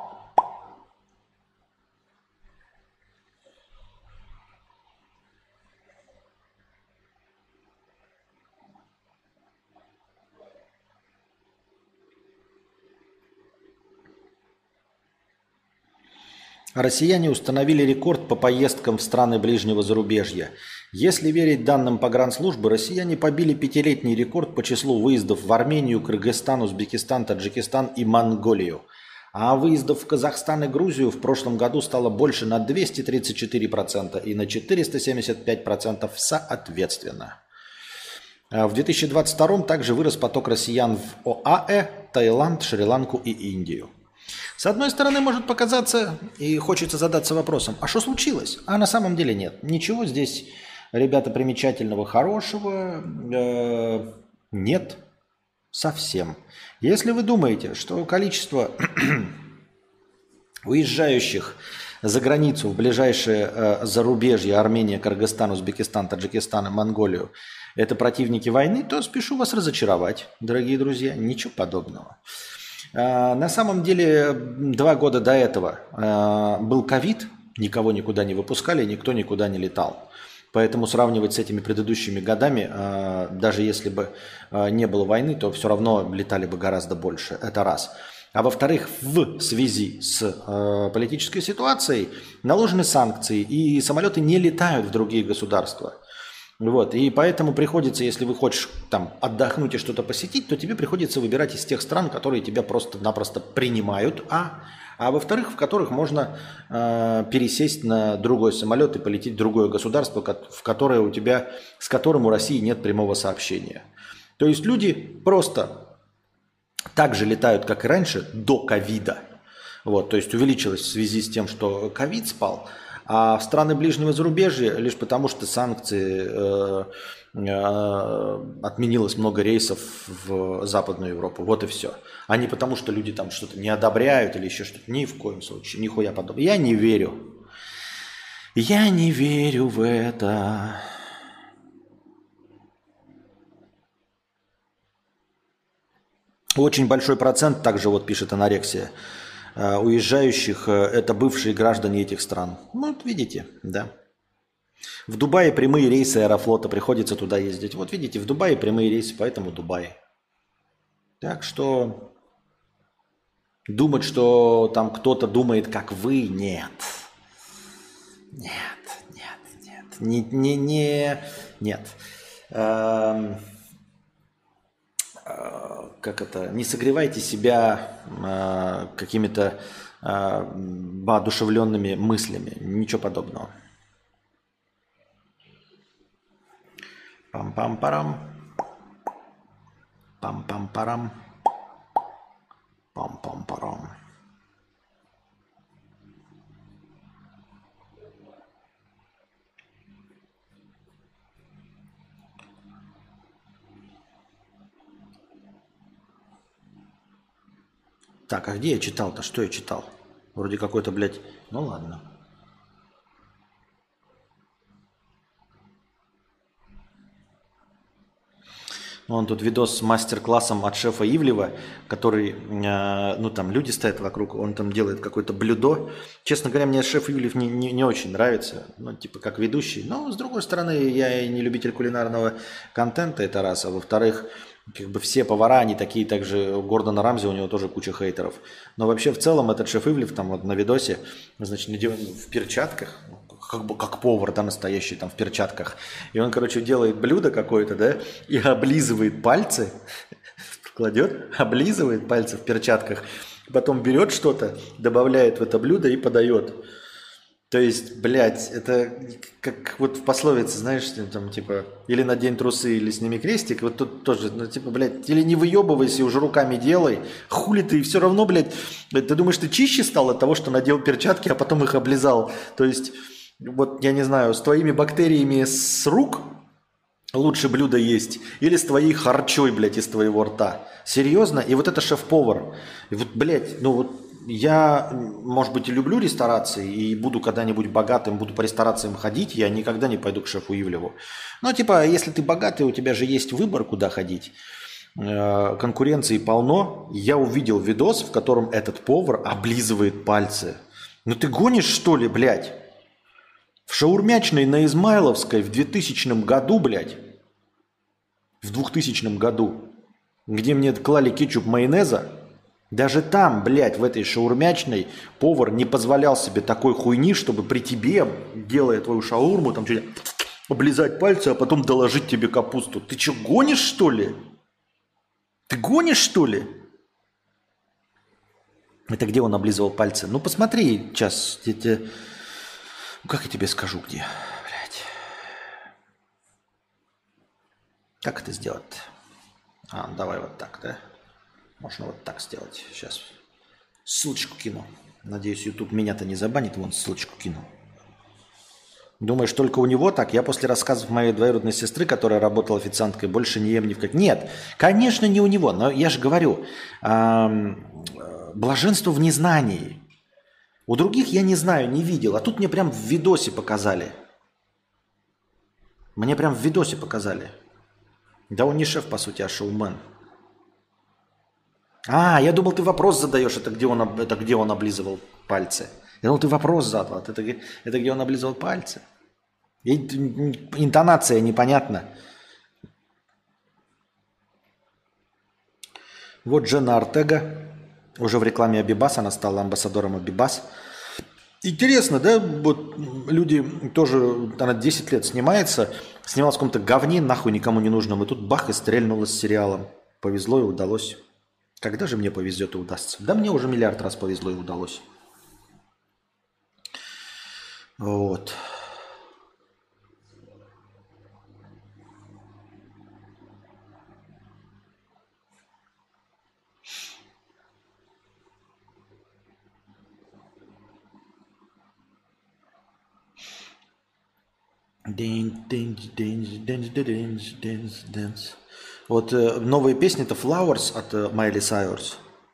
Россияне установили рекорд по поездкам в страны ближнего зарубежья. Если верить данным погранслужбы, россияне побили пятилетний рекорд по числу выездов в Армению, Кыргызстан, Узбекистан, Таджикистан и Монголию. А выездов в Казахстан и Грузию в прошлом году стало больше на двести тридцать четыре процента и на четыреста семьдесят пять процентов соответственно. В две тысячи двадцать втором также вырос поток россиян в ОАЭ, Таиланд, Шри-Ланку и Индию. С одной стороны, может показаться, и хочется задаться вопросом, а что случилось? А на самом деле нет. Ничего здесь, ребята, примечательного, хорошего э, нет совсем. Если вы думаете, что количество уезжающих за границу в ближайшее э, зарубежье, Армения, Кыргызстан, Узбекистан, Таджикистан и Монголию, это противники войны, то спешу вас разочаровать, дорогие друзья, ничего подобного. На самом деле, два года до этого был ковид, никого никуда не выпускали, никто никуда не летал. Поэтому сравнивать с этими предыдущими годами, даже если бы не было войны, то все равно летали бы гораздо больше. Это раз. А во-вторых, в связи с политической ситуацией наложены санкции, и самолеты не летают в другие государства. Вот, и поэтому приходится, если вы хочешь там отдохнуть и что-то посетить, то тебе приходится выбирать из тех стран, которые тебя просто-напросто принимают, а а во-вторых, в которых можно э, пересесть на другой самолет и полететь в другое государство, в которое у тебя, с которым у России нет прямого сообщения. То есть люди просто так же летают, как и раньше, до ковида. Вот, то есть увеличилось в связи с тем, что ковид спал, а в страны ближнего зарубежья лишь потому, что санкции, э, э, отменилось много рейсов в Западную Европу. Вот и все. А не потому, что люди там что-то не одобряют или еще что-то. Ни в коем случае, нихуя подобного. Я не верю. Я не верю в это. Очень большой процент, также вот пишет Анорексия, уезжающих – это бывшие граждане этих стран. Ну, вот видите, да. В Дубае прямые рейсы Аэрофлота, приходится туда ездить. Вот видите, в Дубае прямые рейсы, поэтому Дубай. Так что думать, что там кто-то думает, как вы, нет. Нет, нет, нет. Не, не, не, нет. Эм... Как это, не согревайте себя э, какими-то э, воодушевленными мыслями. Ничего подобного. Пам-пам-парам. Пам-пам-парам. Пам-пам-парам. Так, а где я читал-то? Что я читал? Вроде какой-то, блядь... Ну ладно. Вон тут видос с мастер-классом от шефа Ивлева, который, э, ну там люди стоят вокруг, он там делает какое-то блюдо. Честно говоря, мне шеф Ивлев не, не, не очень нравится, ну типа как ведущий. Но с другой стороны, я и не любитель кулинарного контента, это раз. А во-вторых, как бы все повара, они такие, также у Гордона Рамзи, у него тоже куча хейтеров. Но вообще в целом этот шеф Ивлев там вот на видосе, значит, в перчатках, как бы как повар, да, настоящий там в перчатках. И он, короче, делает блюдо какое-то, да, и облизывает пальцы, кладет, облизывает пальцы в перчатках, потом берет что-то, добавляет в это блюдо и подает. То есть, блядь, это как вот в пословице, знаешь, там типа, или надень трусы, или сними крестик, вот тут тоже, ну типа, блядь, или не выебывайся, уже руками делай, хули ты, и все равно, блядь, ты думаешь, ты чище стал от того, что надел перчатки, а потом их облизал. То есть, вот, я не знаю, с твоими бактериями с рук лучше блюдо есть, или с твоей харчой, блядь, из твоего рта. Серьезно? И вот это шеф-повар. И вот, блядь, ну вот, я, может быть, и люблю ресторации, и буду когда-нибудь богатым, буду по ресторациям ходить, я никогда не пойду к шефу Ивлеву. Но, типа, если ты богатый, у тебя же есть выбор, куда ходить. Конкуренции полно. Я увидел видос, в котором этот повар облизывает пальцы. Ну ты гонишь, что ли, блядь? В шаурмячной на Измайловской в двухтысячном году, блядь, в двухтысячном году, где мне клали кетчуп майонеза, даже там, блядь, в этой шаурмячной повар не позволял себе такой хуйни, чтобы при тебе, делая твою шаурму, там что-то облизать пальцы, а потом доложить тебе капусту. Ты что, гонишь, что ли? Ты гонишь, что ли? Это где он облизывал пальцы? Ну, посмотри сейчас. Эти... Как я тебе скажу, где? Блядь. Как это сделать? А, давай вот так, да? Можно вот так сделать. Сейчас ссылочку кину. Надеюсь, YouTube меня-то не забанит. Вон ссылочку кину. Думаешь, только у него так? Я после рассказов моей двоюродной сестры, которая работала официанткой, больше не ем ни в как. Нет, конечно, не у него. Но я же говорю, эм, блаженство в незнании. У других я не знаю, не видел. А тут мне прям в видосе показали. Мне прям в видосе показали. Да он не шеф, по сути, а шоумен. А, я думал, ты вопрос задаешь, это где он, это где он облизывал пальцы. Я думал, ты вопрос задал, это, это где он облизывал пальцы. И, интонация непонятна. Вот Дженна Ортега, уже в рекламе Абибас, она стала амбассадором Абибас. Интересно, да, вот люди тоже, она десять лет снимается, снималась в каком-то говне, нахуй никому не нужном, и тут бах, и стрельнула с сериалом. Повезло и удалось. Когда же мне повезет и удастся? Да мне уже миллиард раз повезло и удалось. Вот. Вот э, новые песни это Flowers от э, Майли Сайрус.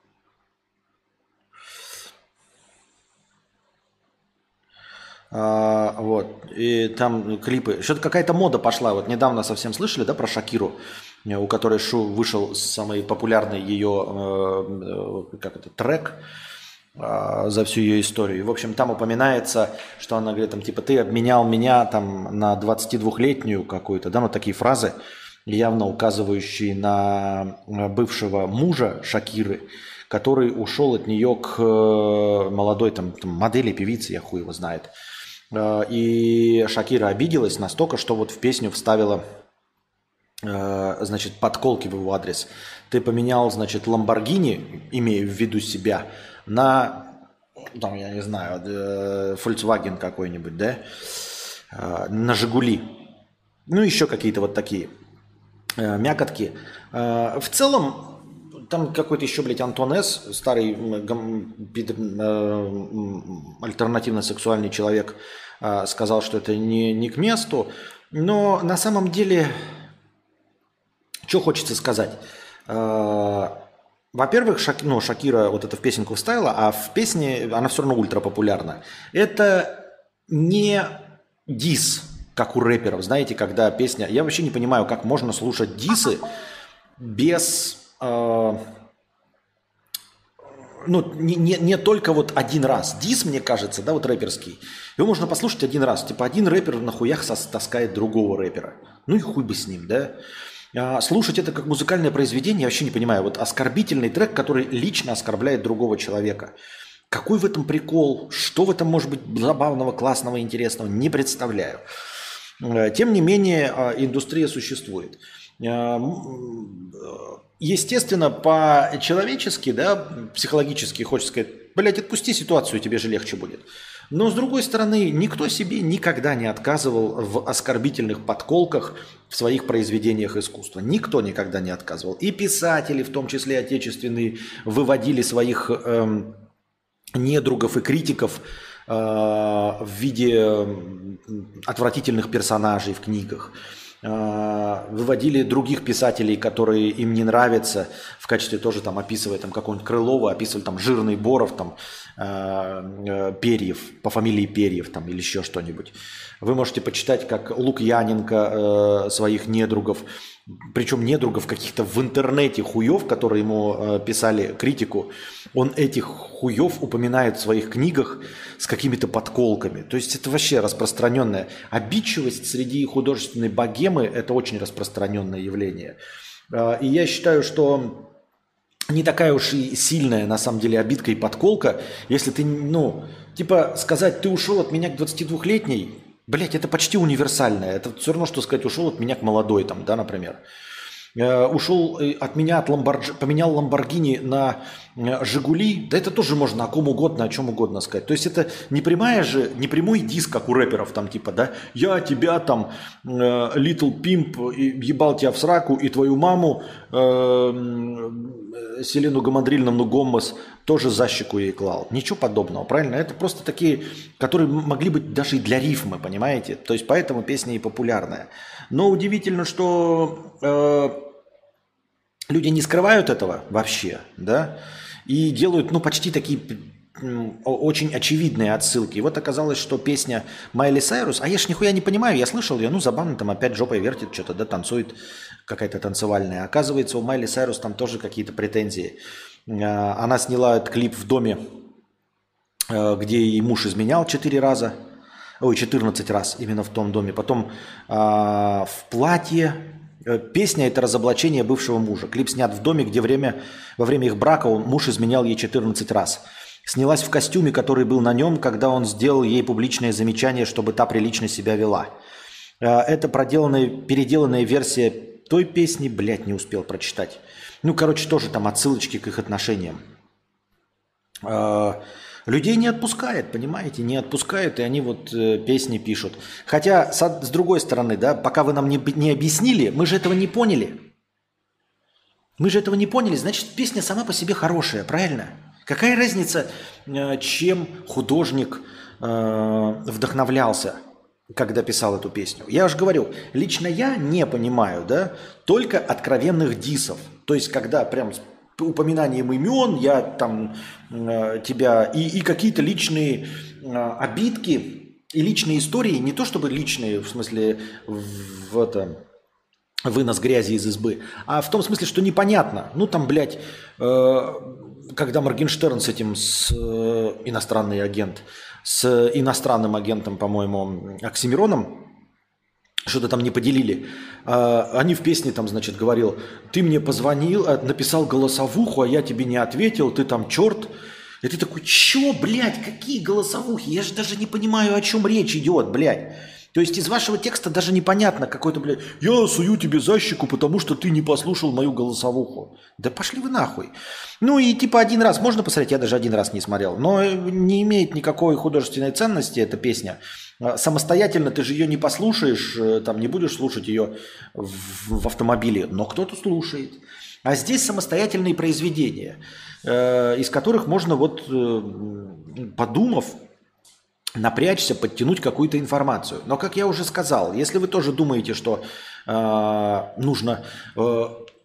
А, вот. И там клипы. Что-то какая-то мода пошла. Вот недавно совсем слышали, да, про Шакиру, э, у которой Шу вышел самый популярный ее э, э, как это, трек э, за всю ее историю. И, в общем, там упоминается, что она говорит, там, типа, ты обменял меня там на двадцатидвухлетнюю какую-то, да, ну такие фразы, явно указывающие на бывшего мужа Шакиры, который ушел от нее к э, молодой там, там модели, певице, я хуй его знает. Э, И Шакира обиделась настолько, что вот в песню вставила, э, значит, подколки в его адрес. Ты поменял, значит, Ламборгини, имея в виду себя, на, там, я не знаю, э, Volkswagen какой-нибудь, да, Э, на Жигули. Ну, еще какие-то вот такие э, мякотки. Э, В целом, там какой-то еще, блядь, Антон С., старый м, гам- пид- э, м, альтернативно-сексуальный человек, э, сказал, что это не, не к месту. Но на самом деле, что хочется сказать? Э, Во-первых, Шак- ну, Шакира вот это в песенку вставила, а в песне она все равно ультра популярна. Это не дис, как у рэперов, знаете, когда песня... Я вообще не понимаю, как можно слушать дисы без... э, ну, не, не, не только вот один раз. Дис, мне кажется, да, вот рэперский, его можно послушать один раз. Типа один рэпер на хуях сос- таскает другого рэпера. Ну и хуй бы с ним, да. А слушать это как музыкальное произведение, я вообще не понимаю. Вот оскорбительный трек, который лично оскорбляет другого человека. Какой в этом прикол? Что в этом может быть забавного, классного, интересного? Не представляю. Э, Тем не менее, а, индустрия существует. Э, м, э, Естественно, по-человечески, да, психологически хочется сказать, блядь, отпусти ситуацию, тебе же легче будет. Но, с другой стороны, никто себе никогда не отказывал в оскорбительных подколках в своих произведениях искусства. Никто никогда не отказывал. И писатели, в том числе отечественные, выводили своих эм, недругов и критиков э, в виде м, отвратительных персонажей в книгах. Э, Выводили других писателей, которые им не нравятся, в качестве тоже там описывая там какого-нибудь Крылова, описывали там жирный Боров, там э, э, Перьев, по фамилии Перьев там или еще что-нибудь. Вы можете почитать, как Лукьяненко э, своих недругов, причем недругов каких-то в интернете хуев, которые ему э, писали критику, он этих хуев упоминает в своих книгах с какими-то подколками. То есть это вообще распространенная обидчивость среди художественной богемы, это очень распространенное явление. Э, И я считаю, что не такая уж и сильная на самом деле обидка и подколка, если ты, ну, типа сказать, ты ушел от меня к двадцатидвухлетней, блять, это почти универсальное. Это все равно, что сказать, ушел от меня к молодой, там, да, например. Э, Ушел э, от меня, от Ламборджи, поменял Ламборгини на э, Жигули, да это тоже можно о ком угодно, о чем угодно сказать. То есть это не прямая же, не прямой диск, как у рэперов, там типа, да, я тебя там, э, Little Pimp, и ебал тебя в сраку, и твою маму, э, м, э, Селену Гамадрильевну Гоммас, тоже за щеку ей клал. Ничего подобного, правильно? Это просто такие, которые м- могли быть даже и для рифмы, понимаете? То есть поэтому песня и популярная. Но удивительно, что э, люди не скрывают этого вообще, да, и делают, ну, почти такие м, о- очень очевидные отсылки. И вот оказалось, что песня Майли Сайрус, а я ж нихуя не понимаю, я слышал ее, ну, забавно, там опять жопой вертит что-то, да, танцует какая-то танцевальная. Оказывается, у Майли Сайрус там тоже какие-то претензии. Э, Она сняла этот клип в доме, э, где ей муж изменял четыре раза, ой, четырнадцать раз именно в том доме. Потом а, в платье. Э, Песня – это разоблачение бывшего мужа. Клип снят в доме, где время, во время их брака он, муж изменял ей четырнадцать раз. Снялась в костюме, который был на нем, когда он сделал ей публичное замечание, чтобы та прилично себя вела. Э, Это проделанная, переделанная версия той песни, блядь, не успел прочитать. Ну, короче, тоже там отсылочки к их отношениям. А, людей не отпускает, понимаете, не отпускают, и они вот э, песни пишут. Хотя, с, с другой стороны, да, пока вы нам не, не объяснили, мы же этого не поняли. Мы же этого не поняли, значит, песня сама по себе хорошая, правильно? Какая разница, э, чем художник э, вдохновлялся, когда писал эту песню? Я уже говорю, лично я не понимаю, да, только откровенных дисов. То есть, когда прям с упоминанием имен, я там э, тебя и, и какие-то личные э, обидки и личные истории, не то чтобы личные, в смысле, в, в это, вынос грязи из избы, а в том смысле, что непонятно. Ну там, блядь, э, когда Моргенштерн с этим, с э, иностранный агент, с иностранным агентом, по-моему, Оксимироном, что-то там не поделили. А, они в песне там, значит, говорил, ты мне позвонил, написал голосовуху, а я тебе не ответил, ты там черт. И ты такой, чё, блядь, какие голосовухи? Я же даже не понимаю, о чем речь идет, блядь. То есть из вашего текста даже непонятно какой-то, блядь, я сую тебе за щеку, потому что ты не послушал мою голосовуху. Да пошли вы нахуй. Ну и типа один раз можно посмотреть, я даже один раз не смотрел, но не имеет никакой художественной ценности эта песня. Самостоятельно ты же ее не послушаешь, там не будешь слушать ее в, в автомобиле, но кто-то слушает. А здесь самостоятельные произведения, э, из которых можно вот, э, подумав, напрячься, подтянуть какую-то информацию. Но, как я уже сказал, если вы тоже думаете, что э, нужно э,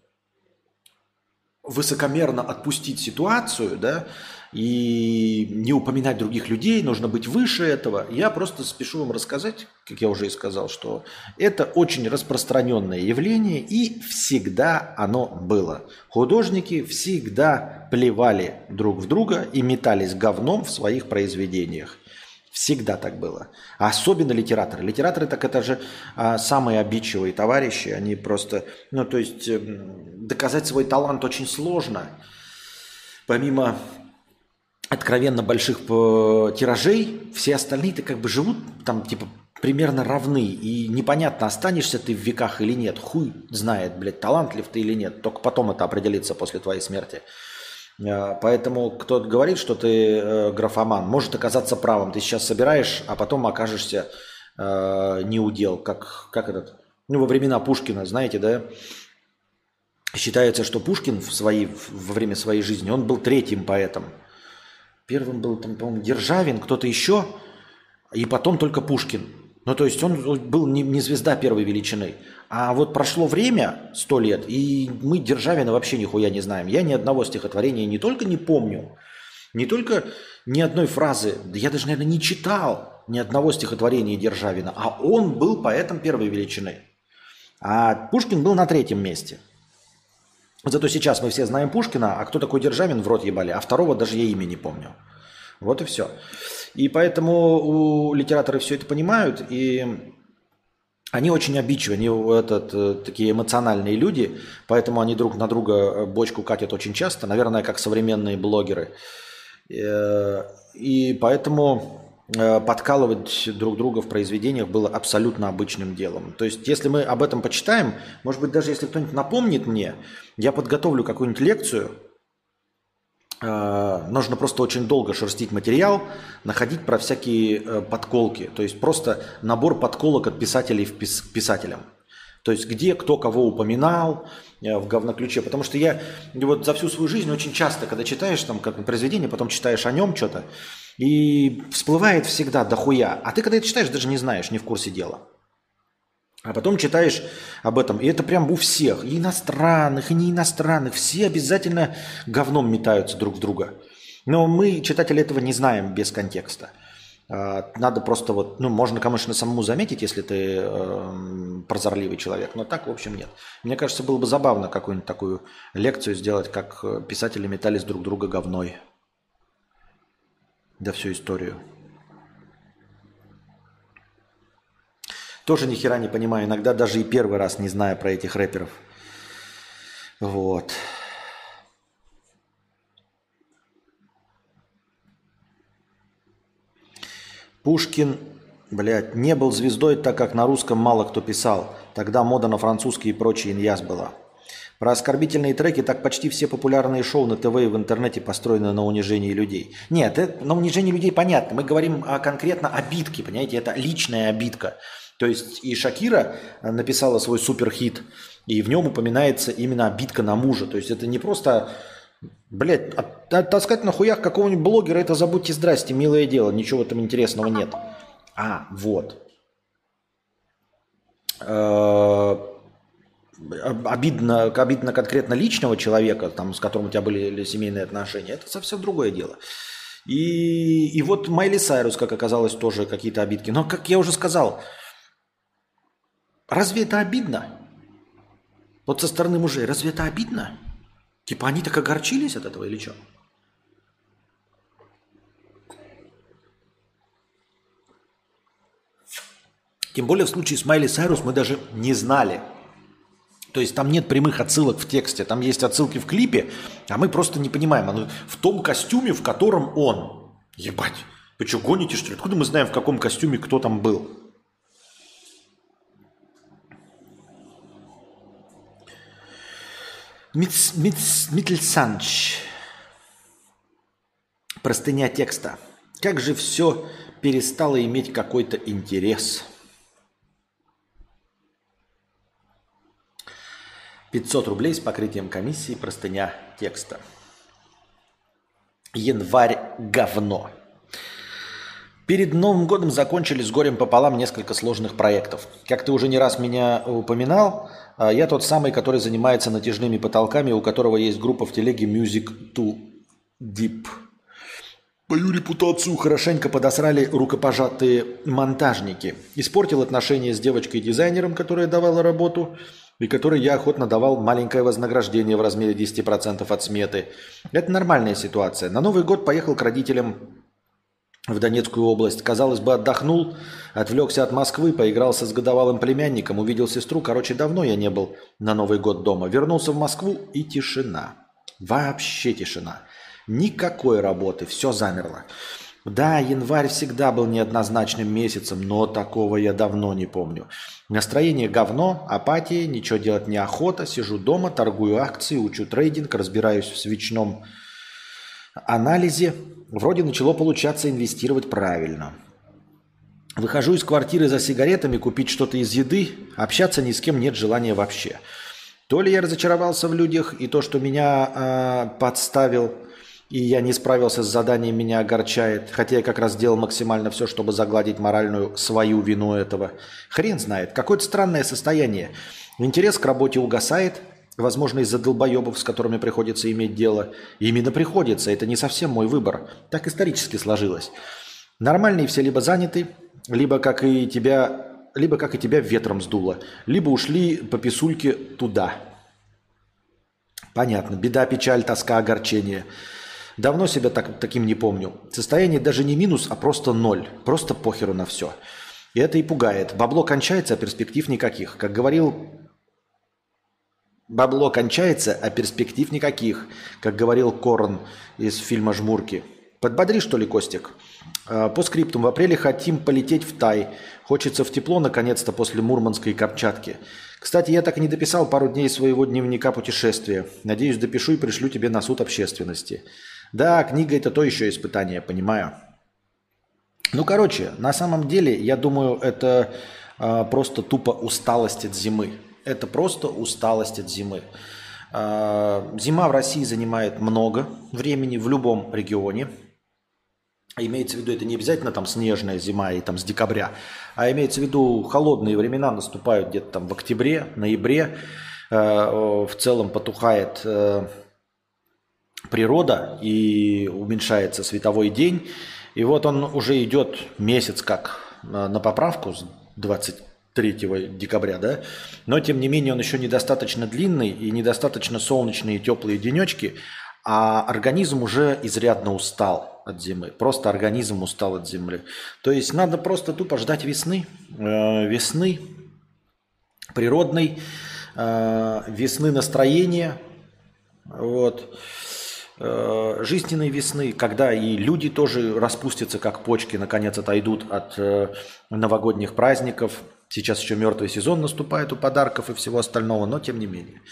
высокомерно отпустить ситуацию, да, и не упоминать других людей, нужно быть выше этого, я просто спешу вам рассказать, как я уже и сказал, что это очень распространенное явление, и всегда оно было. Художники всегда плевали друг в друга и метались говном в своих произведениях. Всегда так было. А особенно литераторы. Литераторы, так это же а, самые обидчивые товарищи. Они просто, ну то есть э, доказать свой талант очень сложно. Помимо откровенно больших э, тиражей, все остальные-то как бы живут там типа примерно равны. И непонятно, останешься ты в веках или нет. Хуй знает, блядь, талантлив ты или нет. Только потом это определится после твоей смерти. Поэтому кто-то говорит, что ты э, графоман, может оказаться правым. Ты сейчас собираешь, а потом окажешься э, неудел. Как, как этот? Ну, во времена Пушкина, знаете, да? Считается, что Пушкин в свои, во время своей жизни, он был третьим поэтом. Первым был, там, по-моему, Державин, кто-то еще, и потом только Пушкин. Ну, то есть он был не, не звезда первой величины. А вот прошло время, сто лет, и мы Державина вообще нихуя не знаем. Я ни одного стихотворения не только не помню, не только ни одной фразы, да я даже, наверное, не читал ни одного стихотворения Державина, а он был поэтом первой величины. А Пушкин был на третьем месте. Зато сейчас мы все знаем Пушкина, а кто такой Державин, в рот ебали, а второго даже я имя не помню. Вот и все. И поэтому у литераторы все это понимают, и они очень обидчивы, они этот, такие эмоциональные люди, поэтому они друг на друга бочку катят очень часто, наверное, как современные блогеры. И поэтому подкалывать друг друга в произведениях было абсолютно обычным делом. То есть, если мы об этом почитаем, может быть, даже если кто-нибудь напомнит мне, я подготовлю какую-нибудь лекцию. Нужно просто очень долго шерстить материал, находить про всякие подколки. То есть просто набор подколок от писателей к писателям. То есть где кто кого упоминал в говноключе. Потому что я вот за всю свою жизнь очень часто, когда читаешь там как произведение, потом читаешь о нем что-то, и всплывает всегда дохуя. А ты когда это читаешь, даже не знаешь, не в курсе дела. А потом читаешь об этом, и это прям у всех, и иностранных, и не иностранных, все обязательно говном метаются друг в друга. Но мы, читатели, этого не знаем без контекста. Надо просто вот, ну, можно, конечно, самому заметить, если ты э, прозорливый человек, но так, в общем, нет. Мне кажется, было бы забавно какую-нибудь такую лекцию сделать, как писатели метались друг друга говной. Да всю историю. Тоже ни хера не понимаю, иногда даже и первый раз не знаю про этих рэперов. Вот. Пушкин Блядь, не был звездой, так как на русском мало кто писал. Тогда мода на французский и прочий иньяс была. Про оскорбительные треки так почти все популярные шоу на ТВ и в интернете построены на унижении людей. Нет, это, на унижении людей понятно. Мы говорим о конкретно обидке, понимаете? Это личная обидка. То есть и Шакира написала свой суперхит, и в нем упоминается именно обидка на мужа. То есть это не просто, блядь, от, от, таскать на хуях какого-нибудь блогера, это забудьте, здрасте, милое дело, ничего в этом интересного нет. А, вот. Обидно, обидно конкретно личного человека, там, с которым у тебя были семейные отношения, это совсем другое дело. И, и вот Майли Сайрус, как оказалось, тоже какие-то обидки. Но, как я уже сказал, разве это обидно? Вот со стороны мужей, разве это обидно? Типа они так огорчились от этого или что? Тем более в случае с Майли Сайрус мы даже не знали. То есть там нет прямых отсылок в тексте, там есть отсылки в клипе, а мы просто не понимаем. Оно в том костюме, в котором он. Ебать, вы что, гоните, что ли? Откуда мы знаем, в каком костюме кто там был? Митс, Митс, Миттельсанч. Простыня текста. Как же все перестало иметь какой-то интерес. пятьсот рублей с покрытием комиссии, простыня текста. Январь говно. Перед Новым годом закончили с горем пополам несколько сложных проектов. Как ты уже не раз меня упоминал, я тот самый, который занимается натяжными потолками, у которого есть группа в телеге Music to Deep. Мою репутацию хорошенько подосрали рукопожатые монтажники. Испортил отношения с девочкой-дизайнером, которая давала работу, и которой я охотно давал маленькое вознаграждение в размере десять процентов от сметы. Это нормальная ситуация. На Новый год поехал к родителям в Донецкую область. Казалось бы, отдохнул, отвлекся от Москвы, поигрался с годовалым племянником, увидел сестру. Короче, давно я не был на Новый год дома. Вернулся в Москву и тишина. Вообще тишина. Никакой работы, все замерло. Да, январь всегда был неоднозначным месяцем, но такого я давно не помню. Настроение говно, апатия, ничего делать неохота, сижу дома, торгую акции, учу трейдинг, разбираюсь в свечном анализе. Вроде начало получаться инвестировать правильно. Выхожу из квартиры за сигаретами, купить что-то из еды, общаться ни с кем нет желания вообще. То ли я разочаровался в людях, и то, что меня э, подставил, и я не справился с заданием, меня огорчает. Хотя я как раз сделал максимально все, чтобы загладить моральную свою вину этого. Хрен знает. Какое-то странное состояние. Интерес к работе угасает. Возможно, из-за долбоебов, с которыми приходится иметь дело. Именно приходится. Это не совсем мой выбор. Так исторически сложилось. Нормальные все либо заняты, либо как и тебя, либо как и тебя ветром сдуло. Либо ушли по писульке туда. Понятно. Беда, печаль, тоска, огорчение. Давно себя так, таким не помню. Состояние даже не минус, а просто ноль. Просто похеру на все. И это и пугает. Бабло кончается, а перспектив никаких. Как говорил... Бабло кончается, а перспектив никаких. Как говорил Корн из фильма «Жмурки». Подбодри, что ли, Костик? По скриптум. В апреле хотим полететь в Тай. Хочется в тепло, наконец-то, после Мурманской и Камчатки. Кстати, я так и не дописал пару дней своего дневника путешествия. Надеюсь, допишу и пришлю тебе на суд общественности. Да, книга – это то еще испытание, понимаю. Ну, короче, на самом деле, я думаю, это э, просто тупо усталость от зимы. Это просто усталость от зимы. Э, зима в России занимает много времени в любом регионе. Имеется в виду, это не обязательно там снежная зима и там с декабря, а имеется в виду, холодные времена наступают где-то там в октябре, ноябре. Э, в целом потухает... Э, природа и уменьшается световой день. И вот он уже идет месяц как на поправку с двадцать третьего декабря, да? Но тем не менее он еще недостаточно длинный и недостаточно солнечные теплые денечки, а организм уже изрядно устал от зимы. Просто организм устал от земли. То есть надо просто тупо ждать весны, э, весны природной, э, весны настроения, вот. э, жизненной весны, когда и люди тоже распустятся, как почки, наконец отойдут от э, новогодних праздников. Сейчас еще мертвый сезон наступает у подарков и всего остального, но тем не менее.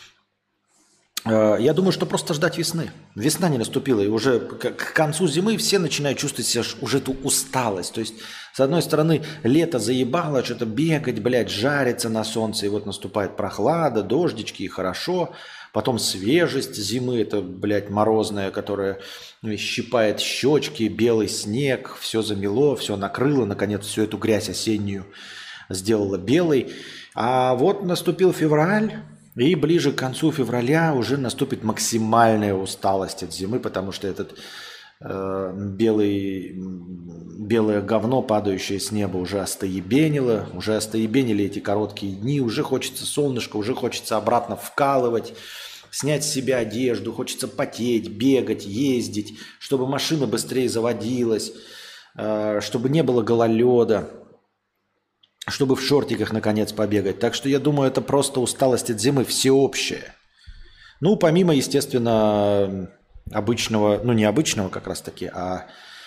Э, я думаю, что просто ждать весны. Весна не наступила, и уже к, к концу зимы все начинают чувствовать себя ш- уже эту усталость. То есть, с одной стороны, лето заебало, что-то бегать, блядь, жариться на солнце, и вот наступает прохлада, дождички, и хорошо. Потом свежесть зимы, это, блядь, морозная, которая ну, щипает щечки, белый снег, все замело, все накрыло, наконец, всю эту грязь осеннюю сделала белой. А вот наступил февраль, и ближе к концу февраля уже наступит максимальная усталость от зимы, потому что этот э, белый, белое говно, падающее с неба, уже остоебенило, уже остоебенили эти короткие дни, уже хочется солнышко, уже хочется обратно вкалывать, снять с себя одежду, хочется потеть, бегать, ездить, чтобы машина быстрее заводилась, э, чтобы не было гололеда, чтобы в шортиках наконец побегать. Так что я думаю, это просто усталость от зимы всеобщая. Ну, помимо, естественно, обычного, ну не обычного как раз таки, а,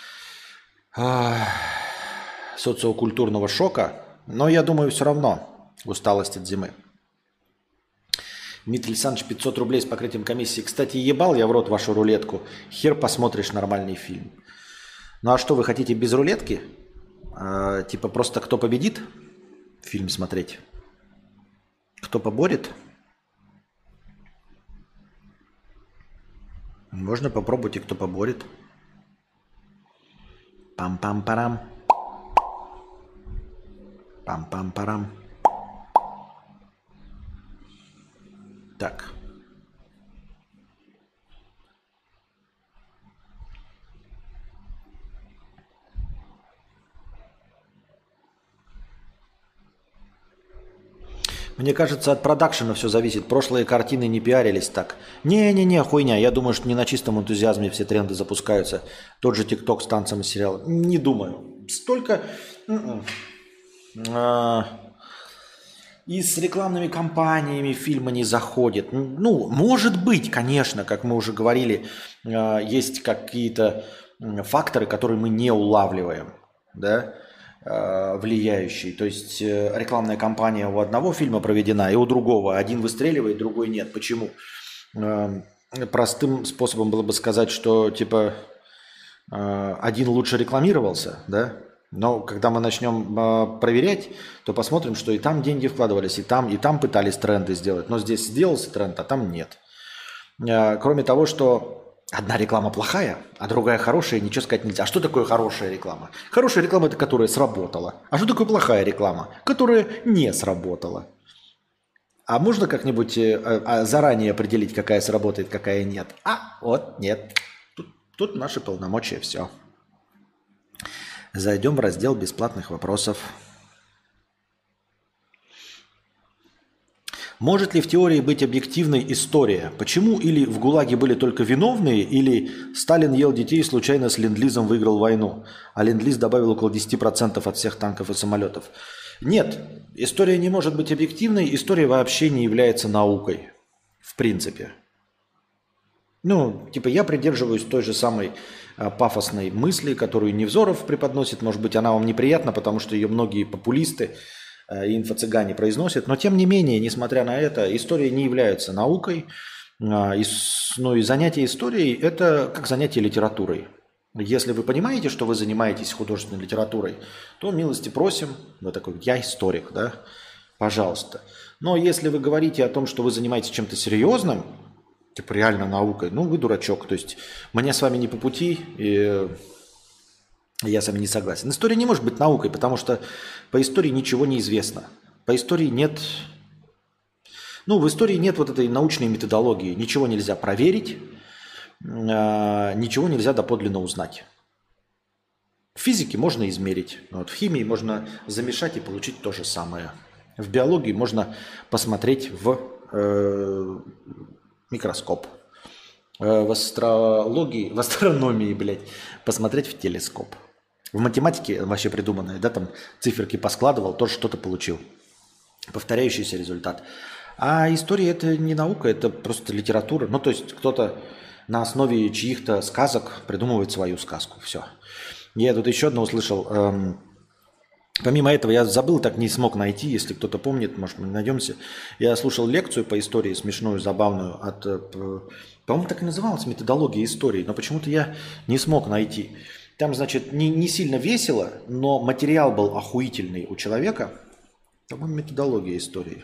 а социокультурного шока. Но я думаю, все равно усталость от зимы. Дмитрий Александрович, пятьсот рублей с покрытием комиссии. Кстати, ебал я в рот вашу рулетку. Хер посмотришь нормальный фильм. Ну а что, вы хотите без рулетки? А, типа просто кто победит фильм смотреть? Кто поборет? Можно попробовать и кто поборет. Пам-пам-парам. Пам-пам-парам. Так. Мне кажется, от продакшена все зависит. Прошлые картины не пиарились так. Не-не-не, хуйня. Я думаю, что не на чистом энтузиазме все тренды запускаются. Тот же ТикТок с танцем и сериалом. Не думаю. Столько... А, И с рекламными кампаниями фильмы не заходят. Ну, может быть, конечно, как мы уже говорили, а, есть какие-то м, факторы, которые мы не улавливаем, да, а, влияющие. То есть э, рекламная кампания у одного фильма проведена, и у другого. Один выстреливает, другой нет. Почему? Э, Простым способом было бы сказать, что типа э, один лучше рекламировался, да, но когда мы начнем э, проверять, то посмотрим, что и там деньги вкладывались, и там, и там пытались тренды сделать. Но здесь сделался тренд, а там нет. Э, Кроме того, что одна реклама плохая, а другая хорошая, ничего сказать нельзя. А что такое хорошая реклама? Хорошая реклама – это которая сработала. А что такое плохая реклама? Которая не сработала. А можно как-нибудь э, а, заранее определить, какая сработает, какая нет? А, вот, нет. Тут, тут наши полномочия, все. Зайдем в раздел бесплатных вопросов. Может ли в теории быть объективной история? Почему или в ГУЛАГе были только виновные, или Сталин ел детей и случайно с Ленд-Лизом выиграл войну, а Ленд-Лиз добавил около десять процентов от всех танков и самолетов? Нет, история не может быть объективной, история вообще не является наукой, в принципе. Ну, типа я придерживаюсь той же самой а, пафосной мысли, которую Невзоров преподносит. Может быть, она вам неприятна, потому что ее многие популисты а, и инфо-цыгане произносят. Но тем не менее, несмотря на это, история не является наукой. А, и, с- ну и занятие историей – это как занятие литературой. Если вы понимаете, что вы занимаетесь художественной литературой, то милости просим. Вы такой, я историк, да? Пожалуйста. Но если вы говорите о том, что вы занимаетесь чем-то серьезным, типа реально наукой, ну вы дурачок. То есть мне с вами не по пути, и я с вами не согласен. История не может быть наукой, потому что по истории ничего не известно. По истории нет... Ну, в истории нет вот этой научной методологии. Ничего нельзя проверить, а, ничего нельзя доподлинно узнать. В физике можно измерить, вот в химии можно замешать и получить то же самое. В биологии можно посмотреть в э, микроскоп. Э, В астрологии, в астрономии, блядь, посмотреть в телескоп. В математике вообще придуманное, да, там циферки поскладывал, тоже что-то получил. Повторяющийся результат. А история – это не наука, это просто литература. Ну, то есть кто-то на основе чьих-то сказок придумывает свою сказку. Все. Я тут еще одно услышал. Эм, помимо этого, я забыл, так не смог найти, если кто-то помнит, может, мы найдемся. Я слушал лекцию по истории, смешную, забавную, от, э, по-моему, так и называлась методология истории, но почему-то я не смог найти. Там, значит, не, не сильно весело, но материал был охуительный у человека. По-моему, методология истории.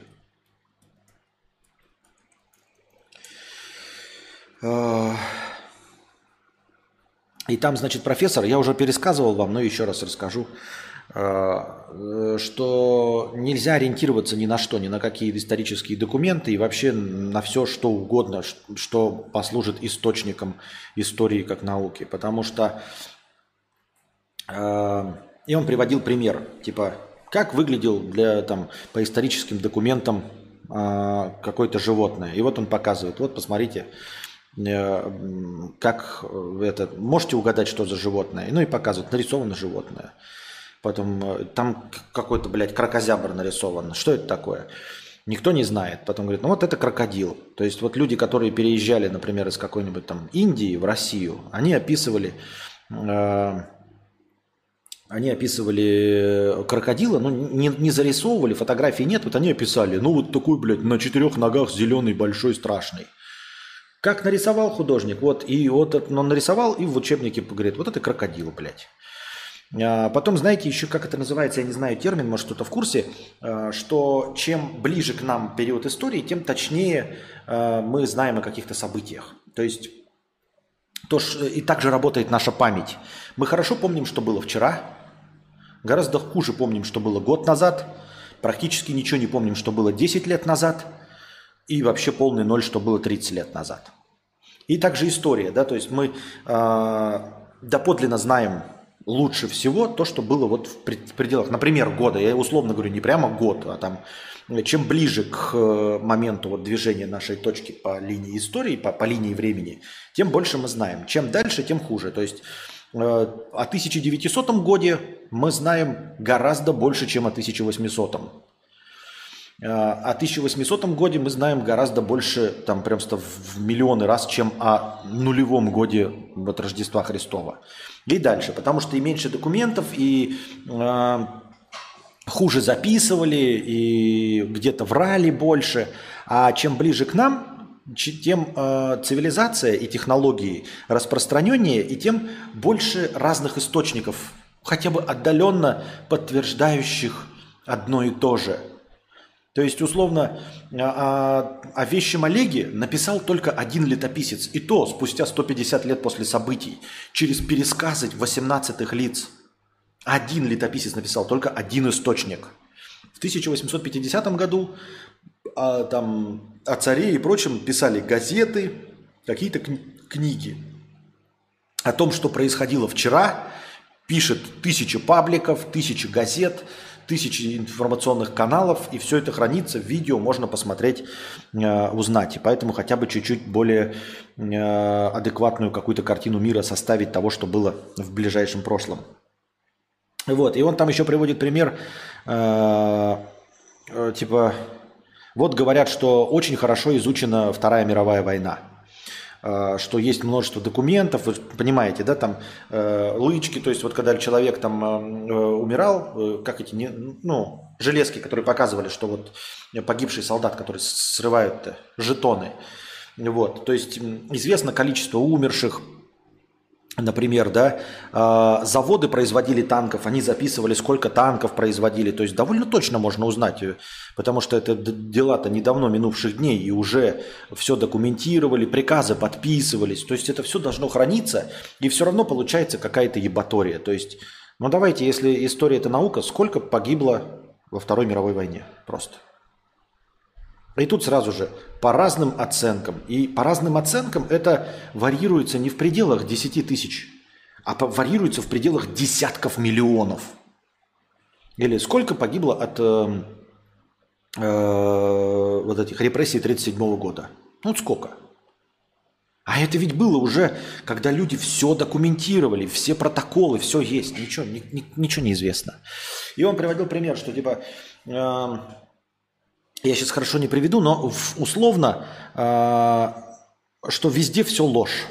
И там, значит, профессор, я уже пересказывал вам, но еще раз расскажу, что нельзя ориентироваться ни на что, ни на какие исторические документы и вообще на все, что угодно, что послужит источником истории как науки. Потому что... И он приводил пример, типа, как выглядел для, там, по историческим документам какое-то животное. И вот он показывает, вот посмотрите, как это, можете угадать, что за животное? Ну и показывают, нарисовано животное. Потом там какой-то, блядь, кракозябр нарисован. Что это такое? Никто не знает. Потом говорит, ну вот это крокодил. То есть вот люди, которые переезжали, например, из какой-нибудь там Индии в Россию, они описывали, э, они описывали крокодила, но не, не зарисовывали, фотографий нет, вот они описали, ну вот такой, блядь, на четырех ногах зеленый, большой, страшный. Как нарисовал художник, вот, и вот он нарисовал, и в учебнике говорит, вот это крокодил, блядь. А потом, знаете, еще как это называется, я не знаю термин, может кто-то в курсе, что чем ближе к нам период истории, тем точнее мы знаем о каких-то событиях. То есть то, и также работает наша память. Мы хорошо помним, что было вчера, гораздо хуже помним, что было год назад, практически ничего не помним, что было десять лет назад, и вообще полный ноль, что было тридцать лет назад. И также история, да, то есть мы э, доподлинно знаем лучше всего то, что было вот в пределах, например, года. Я условно говорю, не прямо год, а там, чем ближе к моменту вот движения нашей точки по линии истории, по, по линии времени, тем больше мы знаем. Чем дальше, тем хуже. То есть э, о тысяча девятисотом годе мы знаем гораздо больше, чем о тысяча восьмисотом. О тысяча восьмисотом годе мы знаем гораздо больше, там просто в миллионы раз, чем о нулевом годе вот, Рождества Христова. И дальше, потому что и меньше документов, и э, хуже записывали, и где-то врали больше. А чем ближе к нам, тем э, цивилизация и технологии распространеннее, и тем больше разных источников, хотя бы отдаленно подтверждающих одно и то же. То есть, условно, о, о вещем Олеге написал только один летописец. И то спустя сто пятьдесят лет после событий, через пересказы восемнадцатых лиц. Один летописец написал, только один источник. В тысяча восемьсот пятидесятом году о, там, о царе и прочем писали газеты, какие-то кни- книги. О том, что происходило вчера, пишет тысячи пабликов, тысячи газет, тысячи информационных каналов, и все это хранится в видео, можно посмотреть, э, узнать. И поэтому хотя бы чуть-чуть более э, адекватную какую-то картину мира составить того, что было в ближайшем прошлом. Вот. И он там еще приводит пример, э, э, типа, вот говорят, что очень хорошо изучена Вторая мировая война. Что есть множество документов, вы понимаете, да, там э, лычки, то есть вот когда человек там э, умирал, э, как эти, не, ну, железки, которые показывали, что вот погибший солдат, который срывают жетоны, вот, то есть известно количество умерших, например, да, э, заводы производили танков, они записывали, сколько танков производили, то есть довольно точно можно узнать, потому что это дела-то недавно минувших дней, и уже все документировали, приказы подписывались, то есть это все должно храниться, и все равно получается какая-то ебатория. То есть, ну давайте, если история – это наука, сколько погибло во Второй мировой войне просто? И тут сразу же по разным оценкам. И по разным оценкам это варьируется не в пределах десяти тысяч, а варьируется в пределах десятков миллионов. Или сколько погибло от э, э, вот этих репрессий тридцать седьмого года? Ну, сколько? А это ведь было уже, когда люди все документировали, все протоколы, все есть, ничего, ни, ни, ничего не известно. И он приводил пример, что типа... Э, я сейчас хорошо не приведу, но условно э, что везде все ложь.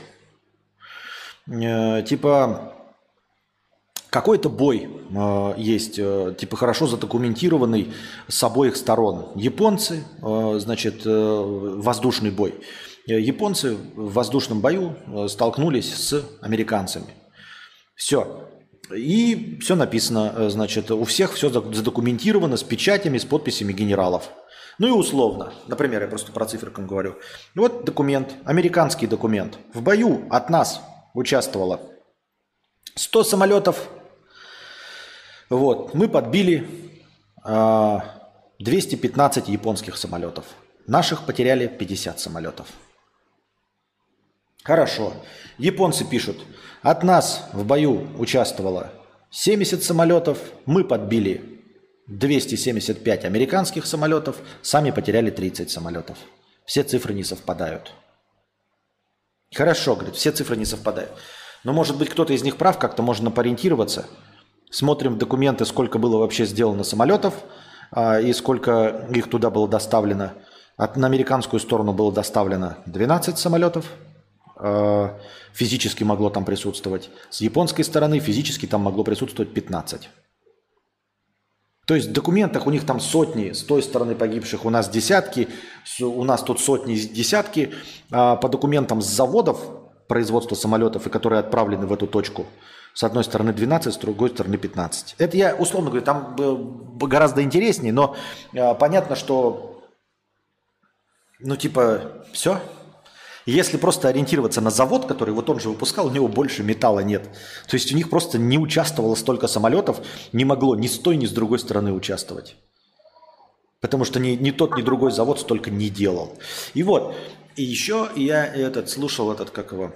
Э, типа какой-то бой э, есть, э, типа хорошо задокументированный с обоих сторон. Японцы, э, значит, э, воздушный бой. Э, Японцы в воздушном бою э, столкнулись с американцами. Все. И все написано, э, значит, у всех все задокументировано с печатями, с подписями генералов. Ну и условно, например, я просто про циферкам говорю. Вот документ, американский документ. В бою от нас участвовало сто самолетов. Вот, мы подбили э, двести пятнадцать японских самолетов. Наших потеряли пятьдесят самолетов. Хорошо. Японцы пишут, от нас в бою участвовало семьдесят самолетов, мы подбили двести семьдесят пять американских самолетов, сами потеряли тридцать самолетов. Все цифры не совпадают. Хорошо, говорит, все цифры не совпадают. Но может быть кто-то из них прав, как-то можно поориентироваться. Смотрим документы, сколько было вообще сделано самолетов а, и сколько их туда было доставлено. От, на американскую сторону было доставлено двенадцать самолетов. А, физически могло там присутствовать. С японской стороны физически там могло присутствовать пятнадцать. То есть в документах у них там сотни, с той стороны погибших у нас десятки, у нас тут сотни, десятки. А по документам с заводов производства самолетов, и которые отправлены в эту точку, с одной стороны двенадцать, с другой стороны пятнадцать. Это я условно говорю, там гораздо интереснее, но а, понятно, что, ну типа, все. Если просто ориентироваться на завод, который вот он же выпускал, у него больше металла нет. То есть у них просто не участвовало столько самолетов, не могло ни с той, ни с другой стороны участвовать. Потому что ни, ни тот, ни другой завод столько не делал. И вот, и еще я этот, слушал этот, как его,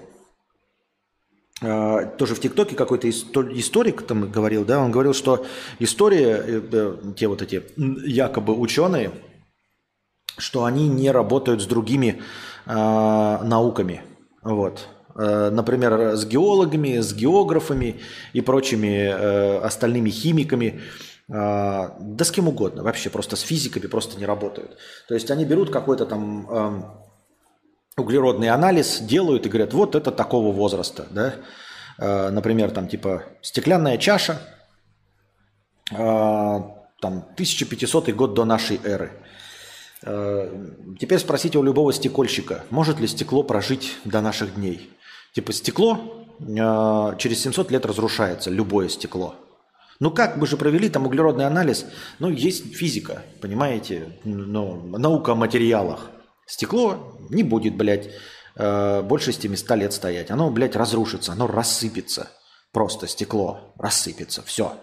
э, тоже в ТикТоке какой-то историк там говорил, да, он говорил, что история, э, э, те вот эти якобы ученые, что они не работают с другими э, науками. Вот. Э, например, с геологами, с географами и прочими э, остальными химиками. Э, да с кем угодно. Вообще просто с физиками просто не работают. То есть они берут какой-то там э, углеродный анализ, делают и говорят, вот это такого возраста. Да? Э, например, там типа стеклянная чаша, э, там тысяча пятисотый год до нашей эры. Теперь спросите у любого стекольщика, может ли стекло прожить до наших дней. Типа стекло э, через семьсот лет разрушается, любое стекло. Ну как, мы же провели там углеродный анализ, ну есть физика, понимаете, ну, наука о материалах. Стекло не будет, блядь, э, больше семисот лет стоять, оно, блядь, разрушится, оно рассыпется. Просто стекло рассыпется, все.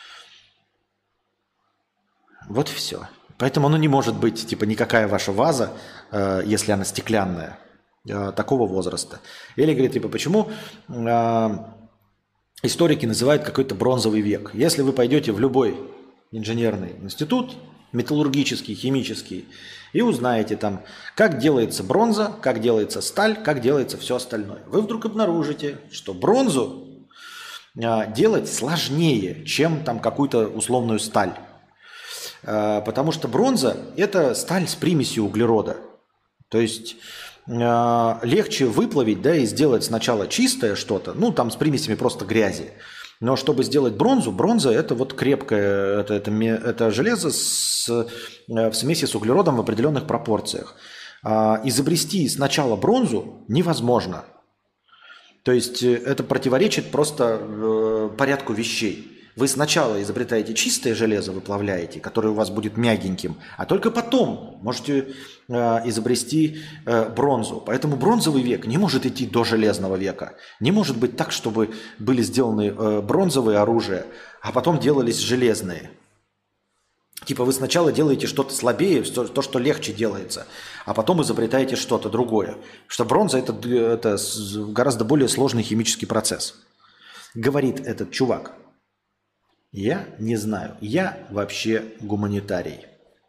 Вот и все. Поэтому оно не может быть, типа, никакая ваша ваза, э, если она стеклянная, э, такого возраста. Или, говорит, типа, почему э, историки называют какой-то бронзовый век. Если вы пойдете в любой инженерный институт, металлургический, химический, и узнаете там, как делается бронза, как делается сталь, как делается все остальное, вы вдруг обнаружите, что бронзу э, делать сложнее, чем там какую-то условную сталь. Потому что бронза – это сталь с примесью углерода. То есть э, легче выплавить, да, и сделать сначала чистое что-то, ну, там с примесями просто грязи. Но чтобы сделать бронзу, бронза – это вот крепкое, это, это, это железо с, э, в смеси с углеродом в определенных пропорциях. Э, изобрести сначала бронзу невозможно. То есть это противоречит просто э, порядку вещей. Вы сначала изобретаете чистое железо, выплавляете, которое у вас будет мягеньким, а только потом можете э, изобрести э, бронзу. Поэтому бронзовый век не может идти до железного века. Не может быть так, чтобы были сделаны э, бронзовые оружия, а потом делались железные. Типа вы сначала делаете что-то слабее, то, что легче делается, а потом изобретаете что-то другое. Потому что бронза это, – это гораздо более сложный химический процесс. Говорит этот чувак. Я не знаю. Я вообще гуманитарий.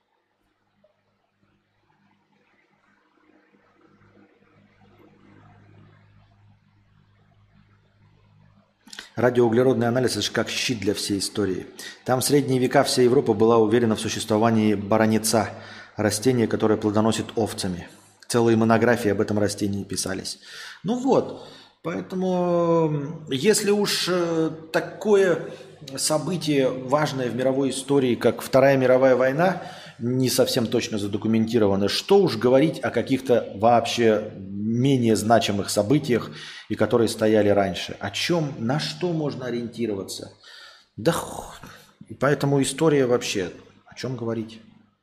Радиоуглеродный анализ – это же как щит для всей истории. Там в средние века вся Европа была уверена в существовании бараница, растения, которое плодоносит овцами. Целые монографии об этом растении писались. Ну вот, поэтому если уж э, такое событие важное в мировой истории, как Вторая мировая война, не совсем точно задокументировано, что уж говорить о каких-то вообще менее значимых событиях, и которые стояли раньше. О чем, на что можно ориентироваться? Да, х- и поэтому история вообще, о чем говорить?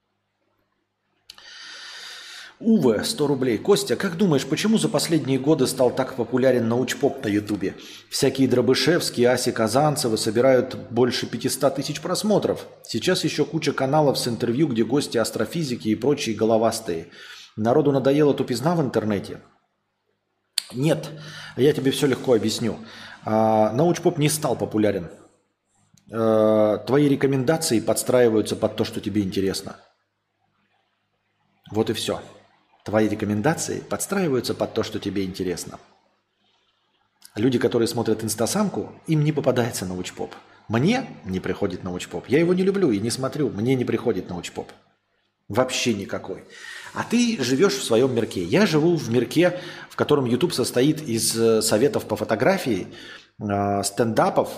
Уве, сто рублей. Костя, как думаешь, почему за последние годы стал так популярен научпоп на Ютубе? Всякие Дробышевские, Аси Казанцевы собирают больше пятьсот тысяч просмотров. Сейчас еще куча каналов с интервью, где гости астрофизики и прочие головастые. Народу надоела тупизна в интернете? Нет, я тебе все легко объясню. А, научпоп не стал популярен. А, твои рекомендации подстраиваются под то, что тебе интересно. Вот и все. Твои рекомендации подстраиваются под то, что тебе интересно. Люди, которые смотрят инстасамку, им не попадается научпоп. Мне не приходит научпоп. Я его не люблю и не смотрю. Мне не приходит научпоп. Вообще никакой. А ты живешь в своем мирке. Я живу в мирке, в котором YouTube состоит из э, советов по фотографии, э, стендапов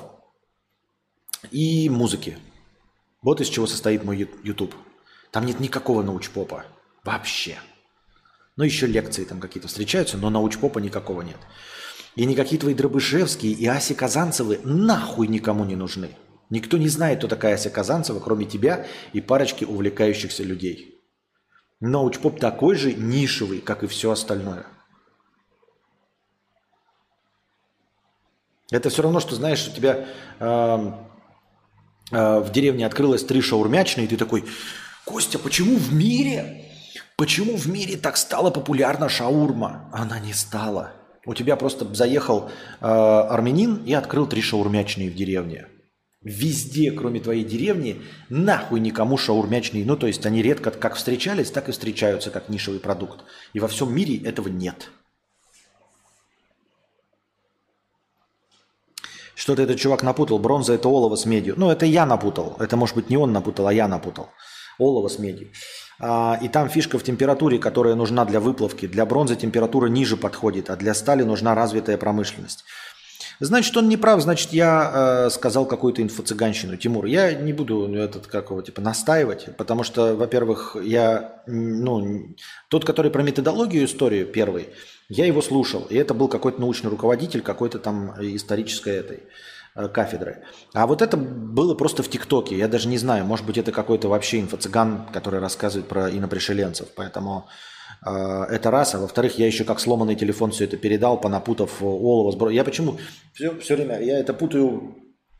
и музыки. Вот из чего состоит мой YouTube. Там нет никакого научпопа. Вообще. Ну, еще лекции там какие-то встречаются, но научпопа никакого нет. И никакие твои Дробышевские и Аси Казанцевы нахуй никому не нужны. Никто не знает, кто такая Ася Казанцева, кроме тебя и парочки увлекающихся людей. Научпоп такой же нишевый, как и все остальное. Это все равно, что, знаешь, у тебя э, э, в деревне открылось три шаурмячные, и ты такой: Костя, почему в мире, почему в мире так стала популярна шаурма? Она не стала. У тебя просто заехал э, армянин и открыл три шаурмячные в деревне. Везде, кроме твоей деревни, нахуй никому шаурмячные. Ну, то есть они редко как встречались, так и встречаются как нишевый продукт. И во всем мире этого нет. Что-то этот чувак напутал. Бронза – это олово с медью. Ну, это я напутал. Это, может быть, не он напутал, а я напутал. Олово с медью. А, и там фишка в температуре, которая нужна для выплавки. Для бронзы температура ниже подходит, а для стали нужна развитая промышленность. Значит, он не прав, значит, я э, сказал какую-то инфо-цыганщину. Тимур, я не буду этот, как его, типа, настаивать, потому что, во-первых, я, ну, тот, который про методологию историю первый, я его слушал, и это был какой-то научный руководитель какой-то там исторической этой э, кафедры. А вот это было просто в ТикТоке, я даже не знаю, может быть, это какой-то вообще инфо-цыган, который рассказывает про инопришеленцев, поэтому... Это раз, а во-вторых, я еще как сломанный телефон все это передал, понапутав олово с бронзой. Я почему все, все время, я это путаю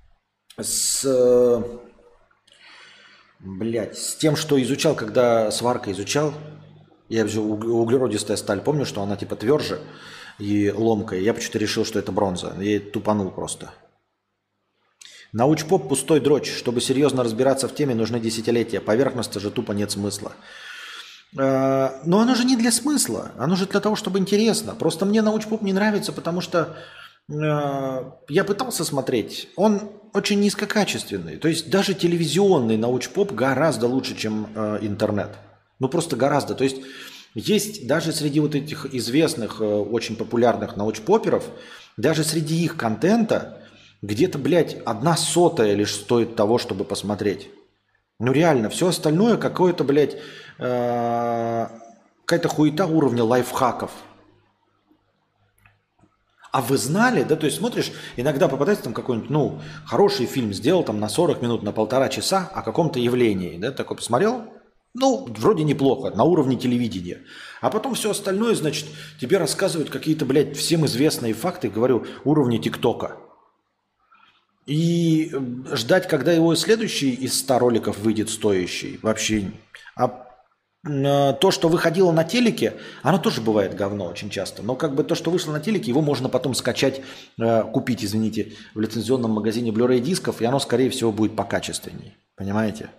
с, блядь, с тем, что изучал, когда сварка изучал. Я же углеродистая сталь, помню, что она типа тверже и ломкая. Я почему-то решил, что это бронза. Я тупанул просто. Научпоп пустой дрочь. Чтобы серьезно разбираться в теме, нужны десятилетия. Поверхностно же тупо нет смысла. Но оно же не для смысла, оно же для того, чтобы интересно. Просто мне научпоп не нравится, потому что э, я пытался смотреть, он очень низкокачественный. То есть даже телевизионный научпоп гораздо лучше, чем э, интернет. Ну просто гораздо. То есть есть даже среди вот этих известных, э, очень популярных научпоперов, даже среди их контента где-то, блядь, одна сотая лишь стоит того, чтобы посмотреть. Ну реально, все остальное какое-то, блядь, э, какая-то хуета уровня лайфхаков. А вы знали, да, то есть смотришь, иногда попадается там какой-нибудь, ну, хороший фильм сделал там на сорок минут, на полтора часа о каком-то явлении, да, такой посмотрел, ну, вроде неплохо, на уровне телевидения. А потом все остальное, значит, тебе рассказывают какие-то, блядь, всем известные факты, говорю, уровня ТикТока. И ждать, когда его следующий из ста роликов выйдет стоящий, вообще. А э, то, что выходило на телеке, оно тоже бывает говно очень часто. Но как бы то, что вышло на телеке, его можно потом скачать, э, купить, извините, в лицензионном магазине Blu-ray дисков, и оно, скорее всего, будет покачественней. Понимаете?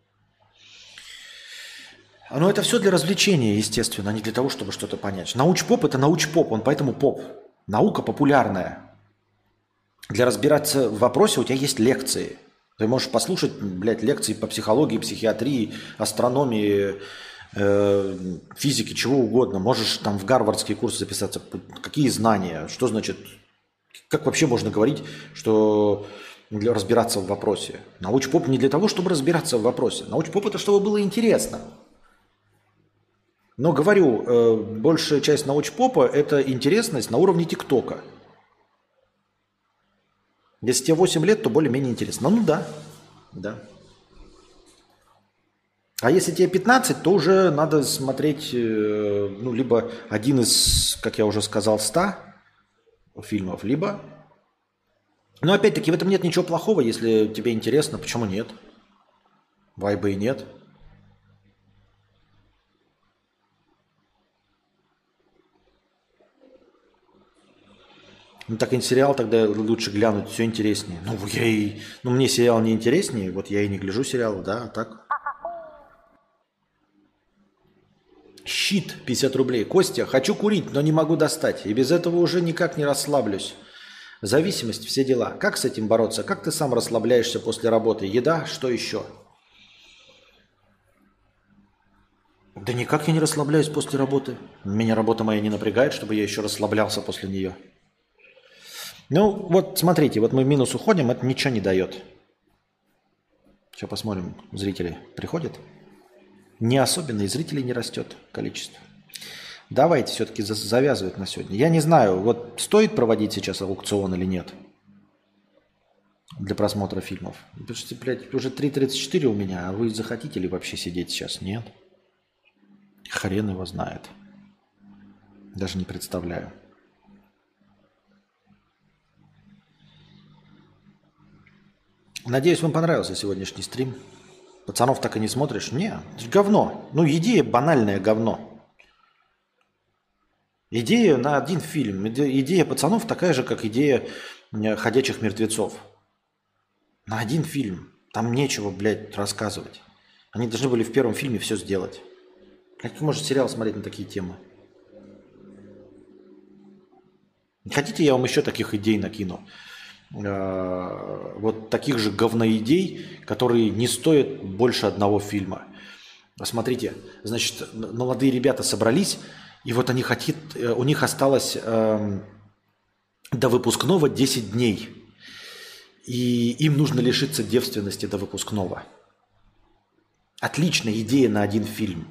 Но это все для развлечения, естественно, а не для того, чтобы что-то понять. Научпоп – это научпоп, он поэтому поп. Наука популярная. Для разбираться в вопросе у тебя есть лекции. Ты можешь послушать, блядь, лекции по психологии, психиатрии, астрономии, э, физики, чего угодно. Можешь там в гарвардские курсы записаться. Какие знания? Что значит? Как вообще можно говорить, что для разбираться в вопросе? Научпоп не для того, чтобы разбираться в вопросе. Научпоп это чтобы было интересно. Но говорю, э, большая часть научпопа это интересность на уровне ТикТока. Если тебе восемь лет, то более-менее интересно. Ну да, да. А если тебе пятнадцать, то уже надо смотреть, э, ну, либо один из, как я уже сказал, ста фильмов, либо... Но опять-таки в этом нет ничего плохого, если тебе интересно, почему нет? Вайба и нет. Ну так и сериал тогда лучше глянуть, все интереснее. Ну, я и... ну мне сериал не интереснее, вот я и не гляжу сериалы, да, а так... Щит пятьдесят рублей. Костя, хочу курить, но не могу достать. И без этого уже никак не расслаблюсь. Зависимость, все дела. Как с этим бороться? Как ты сам расслабляешься после работы? Еда, что еще? Да никак я не расслабляюсь после работы. Меня работа моя не напрягает, чтобы я еще расслаблялся после нее. Ну, вот смотрите, вот мы в минус уходим, это ничего не дает. Сейчас посмотрим, зрители приходят. Не особенно, и зрителей не растет количество. Давайте все-таки завязывать на сегодня. Я не знаю, вот стоит проводить сейчас аукцион или нет для просмотра фильмов. Потому что, блядь, уже три тридцать четыре у меня, а вы захотите ли вообще сидеть сейчас? Нет. Хрен его знает. Даже не представляю. Надеюсь, вам понравился сегодняшний стрим. Пацанов так и не смотришь? Не, это же говно. Ну, идея банальное говно. Идея на один фильм. Идея пацанов такая же, как идея «Ходячих мертвецов». На один фильм. Там нечего, блядь, рассказывать. Они должны были в первом фильме все сделать. Как может сериал смотреть на такие темы? Хотите, я вам еще таких идей накину? Вот таких же говноидей, которые не стоят больше одного фильма. Смотрите, значит, молодые ребята собрались, и вот они хотят, у них осталось э, до выпускного десять дней. И им нужно лишиться девственности до выпускного. Отличная идея на один фильм.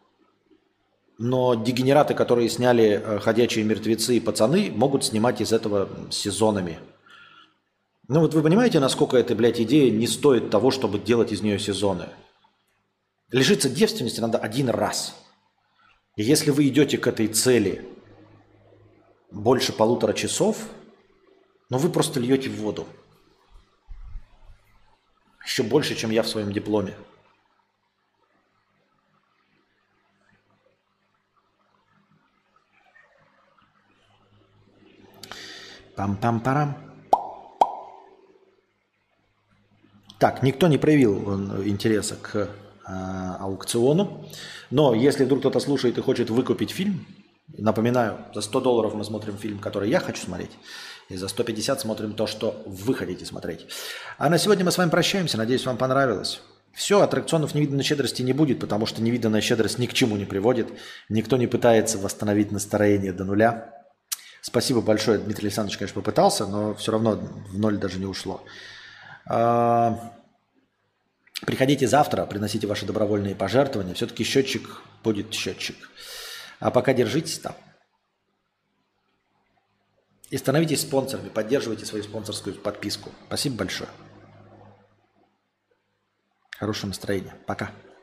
Но дегенераты, которые сняли «Ходячие мертвецы» и «Пацаны», могут снимать из этого сезонами. Ну вот вы понимаете, насколько эта, блядь, идея не стоит того, чтобы делать из нее сезоны? Лишиться девственности надо один раз. И если вы идете к этой цели больше полутора часов, ну вы просто льете в воду. Еще больше, чем я в своем дипломе. Пам-пам-парам. Так, никто не проявил интереса к э, аукциону. Но если вдруг кто-то слушает и хочет выкупить фильм, напоминаю, за сто долларов мы смотрим фильм, который я хочу смотреть, и за сто пятьдесят смотрим то, что вы хотите смотреть. А на сегодня мы с вами прощаемся. Надеюсь, вам понравилось. Все, аттракционов невиданной щедрости не будет, потому что невиданная щедрость ни к чему не приводит. Никто не пытается восстановить настроение до нуля. Спасибо большое. Дмитрий Александрович, конечно, попытался, но все равно в ноль даже не ушло. Приходите завтра, приносите ваши добровольные пожертвования. Все-таки счетчик будет счетчик. А пока держитесь там. И становитесь спонсорами, поддерживайте свою спонсорскую подписку. Спасибо большое. Хорошего настроения. Пока.